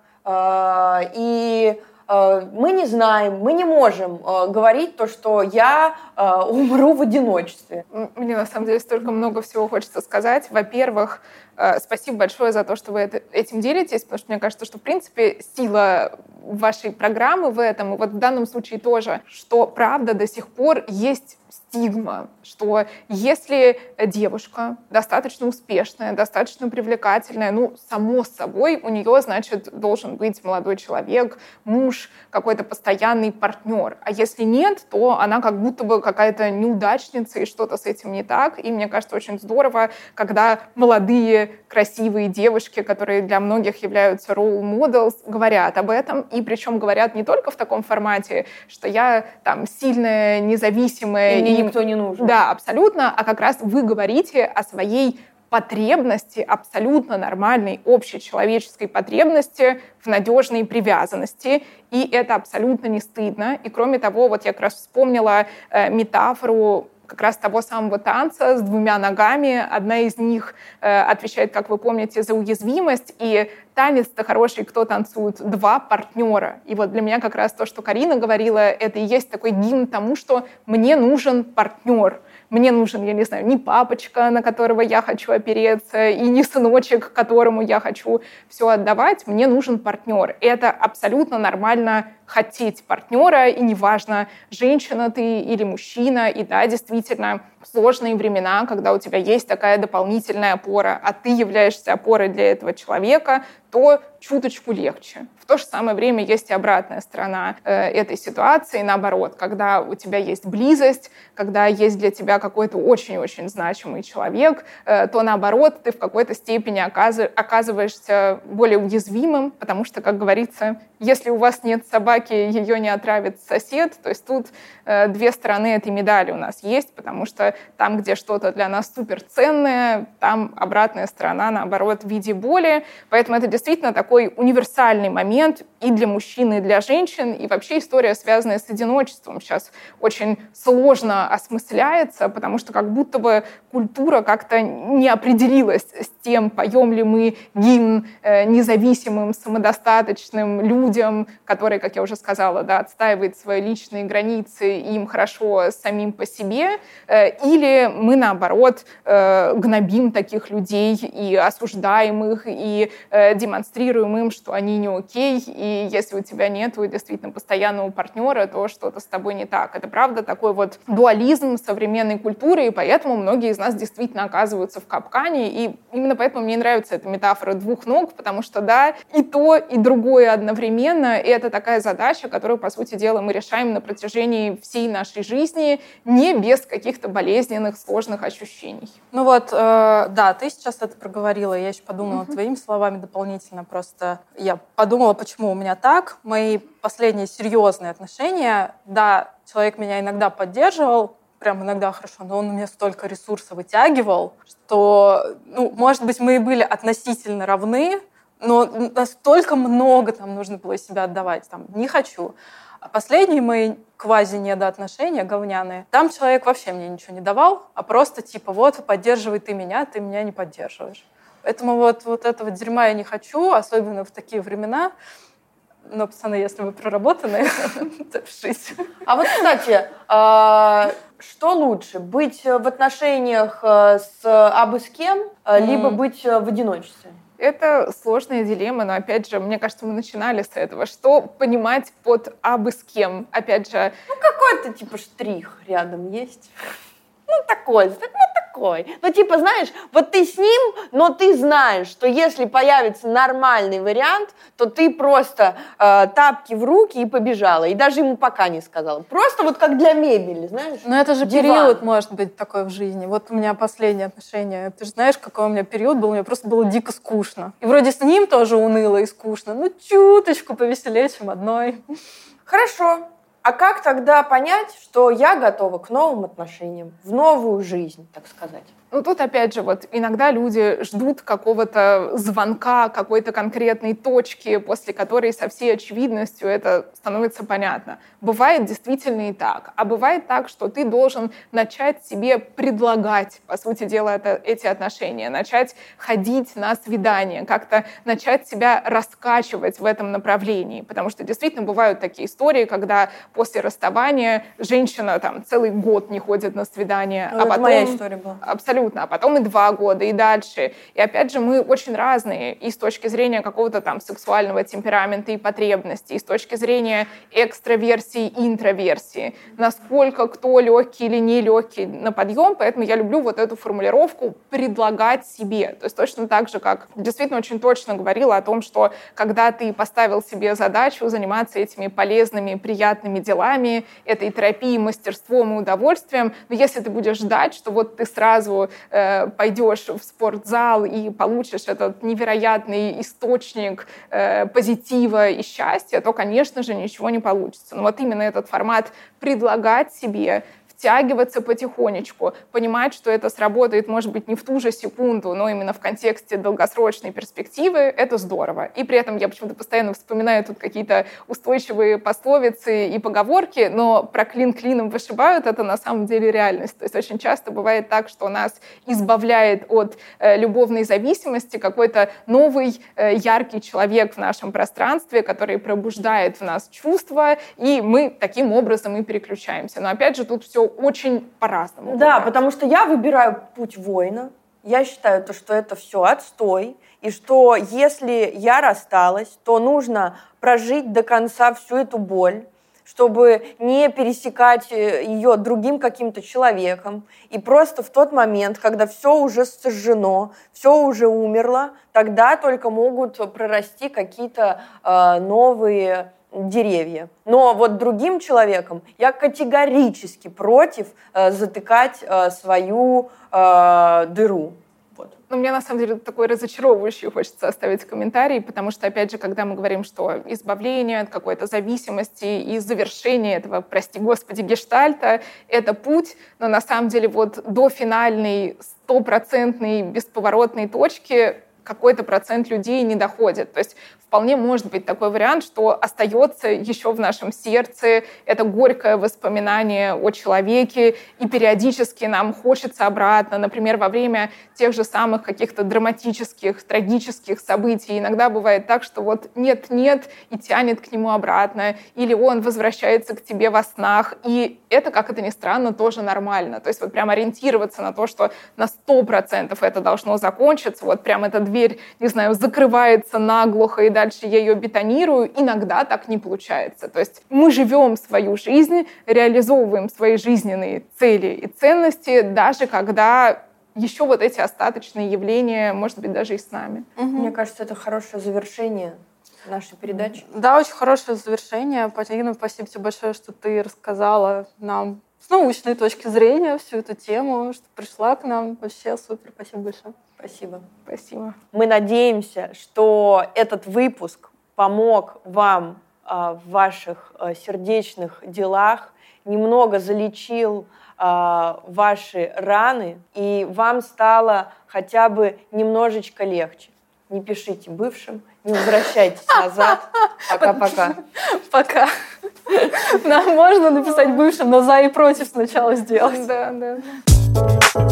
и мы не знаем, мы не можем говорить то, что я умру в одиночестве. Мне, на самом деле, столько много всего хочется сказать. Во-первых, спасибо большое за то, что вы этим делитесь, потому что мне кажется, что, в принципе, сила вашей программы в этом, и вот в данном случае тоже, что, правда, до сих пор есть стигма, что если девушка достаточно успешная, достаточно привлекательная, само собой, у нее, значит, должен быть молодой человек, муж, какой-то постоянный партнер. А если нет, то она как будто бы какая-то неудачница, и что-то с этим не так. И мне кажется, очень здорово, когда молодые, красивые девушки, которые для многих являются role models, говорят об этом. И причем говорят не только в таком формате, что я там сильная, независимая. И мне никто не нужен. Да, абсолютно. А как раз вы говорите о своей потребности, абсолютно нормальной общечеловеческой потребности в надежной привязанности. И это абсолютно не стыдно. И кроме того, вот я как раз вспомнила метафору как раз того самого танца с двумя ногами. Одна из них отвечает, как вы помните, за уязвимость. И танец-то хороший, кто танцует? Два партнера. И вот для меня как раз то, что Карина говорила, это и есть такой гимн тому, что мне нужен партнер. Мне нужен, я не знаю, не папочка, на которого я хочу опереться, и не сыночек, которому я хочу все отдавать. Мне нужен партнер. Это абсолютно нормально хотеть партнера, и неважно, женщина ты или мужчина. И да, действительно, в сложные времена, когда у тебя есть такая дополнительная опора, а ты являешься опорой для этого человека, то чуточку легче. В то же самое время есть и обратная сторона этой ситуации, наоборот, когда у тебя есть близость, когда есть для тебя какой-то очень-очень значимый человек, то наоборот, ты в какой-то степени оказываешься более уязвимым, потому что, как говорится, если у вас нет собаки, ее не отравит сосед. То есть тут две стороны этой медали у нас есть, потому что там, где что-то для нас суперценное, там обратная сторона, наоборот, в виде боли. Поэтому это действительно такой универсальный момент и для мужчин, и для женщин. И вообще история, связанная с одиночеством, сейчас очень сложно осмысляется, потому что как будто бы культура как-то не определилась с тем, поем ли мы гимн независимым, самодостаточным людям, которые, как я уже сказала, отстаивают свои личные границы, и им хорошо самим по себе, или мы, наоборот, гнобим таких людей и осуждаем их, и демонстрируем им, что они не окей, и если у тебя нет действительно постоянного партнера, то что-то с тобой не так. Это правда такой вот дуализм современной культуры, и поэтому многие из нас действительно оказываются в капкане, и именно поэтому мне нравится эта метафора двух ног, потому что, да, и то, и другое одновременно, и это такая задача, которую, по сути дела, мы решаем на протяжении всей нашей жизни, не без каких-то болезненных, сложных ощущений. Ну вот, да, ты сейчас это проговорила, я еще подумала твоими словами дополнительно, просто я подумала, почему у меня так. Мои последние серьезные отношения, да, человек меня иногда поддерживал, прям иногда хорошо, но он у меня столько ресурсов вытягивал, что, может быть, мы и были относительно равны, но настолько много там нужно было себя отдавать, там, не хочу. А последние мои квази-недоотношения говняные, там человек вообще мне ничего не давал, а просто типа вот, поддерживай ты меня не поддерживаешь. Поэтому вот этого дерьма я не хочу, особенно в такие времена. Но, пацаны, если вы проработаны, то пишите. А вот, кстати, что лучше, быть в отношениях абы с кем, либо быть в одиночестве? Это сложная дилемма, но, опять же, мне кажется, мы начинали с этого. Что понимать под абы с кем? Опять же... какой-то, типа, штрих рядом есть. Такой. Типа, знаешь, вот ты с ним, но ты знаешь, что если появится нормальный вариант, то ты просто тапки в руки и побежала. И даже ему пока не сказала. Просто вот как для мебели, знаешь. Но это же диван. Период может быть такой в жизни. Вот у меня последние отношения. Ты же знаешь, какой у меня период был? Мне просто было дико скучно. И вроде с ним тоже уныло и скучно. Чуточку повеселее, чем одной. Хорошо. А как тогда понять, что я готова к новым отношениям, в новую жизнь, так сказать? Тут, опять же, вот иногда люди ждут какого-то звонка, какой-то конкретной точки, после которой со всей очевидностью это становится понятно. Бывает действительно и так. А бывает так, что ты должен начать себе предлагать, по сути дела, эти отношения, начать ходить на свидания, как-то начать себя раскачивать в этом направлении. Потому что действительно бывают такие истории, когда после расставания женщина там целый год не ходит на свидания, а потом... моя история была. Абсолютно. А потом и 2 года, и дальше. И опять же, мы очень разные и с точки зрения какого-то там сексуального темперамента и потребностей, и с точки зрения экстраверсии и интроверсии. Насколько кто легкий или не легкий на подъем. Поэтому я люблю вот эту формулировку «предлагать себе». То есть точно так же, как действительно очень точно говорила о том, что когда ты поставил себе задачу заниматься этими полезными, приятными делами, этой терапией, мастерством и удовольствием, но если ты будешь ждать, что вот ты сразу пойдешь в спортзал и получишь этот невероятный источник позитива и счастья, то, конечно же, ничего не получится. Но вот именно этот формат предлагать себе, втягиваться потихонечку, понимать, что это сработает, может быть, не в ту же секунду, но именно в контексте долгосрочной перспективы, это здорово. И при этом я почему-то постоянно вспоминаю тут какие-то устойчивые пословицы и поговорки, но про клин клином вышибают, это на самом деле реальность. То есть очень часто бывает так, что нас избавляет от любовной зависимости какой-то новый яркий человек в нашем пространстве, который пробуждает в нас чувства, и мы таким образом и переключаемся. Но опять же, тут все очень по-разному. Да, потому что я выбираю путь воина. Я считаю, что это все отстой, и что если я рассталась, то нужно прожить до конца всю эту боль, чтобы не пересекать ее другим каким-то человеком. И просто в тот момент, когда все уже сожжено, все уже умерло, тогда только могут прорасти какие-то новые деревья. Но вот другим человеком я категорически против затыкать свою дыру. Вот. Но мне, на самом деле, такой разочаровывающий хочется оставить комментарий, потому что, опять же, когда мы говорим, что избавление от какой-то зависимости и завершение этого, прости господи, гештальта — это путь, но на самом деле вот до финальной 100% бесповоротной точки какой-то процент людей не доходит. То есть вполне может быть такой вариант, что остается еще в нашем сердце это горькое воспоминание о человеке, и периодически нам хочется обратно, например, во время тех же самых каких-то драматических, трагических событий. Иногда бывает так, что вот нет-нет, и тянет к нему обратно, или он возвращается к тебе во снах, и это, как это ни странно, тоже нормально. То есть вот прям ориентироваться на то, что на 100% это должно закончиться, вот прям эта дверь, не знаю, закрывается наглухо, и дальше я ее бетонирую, иногда так не получается. То есть мы живем свою жизнь, реализовываем свои жизненные цели и ценности, даже когда еще вот эти остаточные явления, может быть, даже и с нами. Мне кажется, это хорошее завершение нашей передачи. Да, очень хорошее завершение. Полина, спасибо тебе большое, что ты рассказала нам с научной точки зрения всю эту тему, что пришла к нам. Вообще супер. Спасибо большое. Спасибо. Спасибо. Мы надеемся, что этот выпуск помог вам в ваших сердечных делах, немного залечил ваши раны, и вам стало хотя бы немножечко легче. Не пишите бывшим, не возвращайтесь назад. Пока-пока. Пока. Нам можно написать бывшим, но за и против сначала сделать. Да.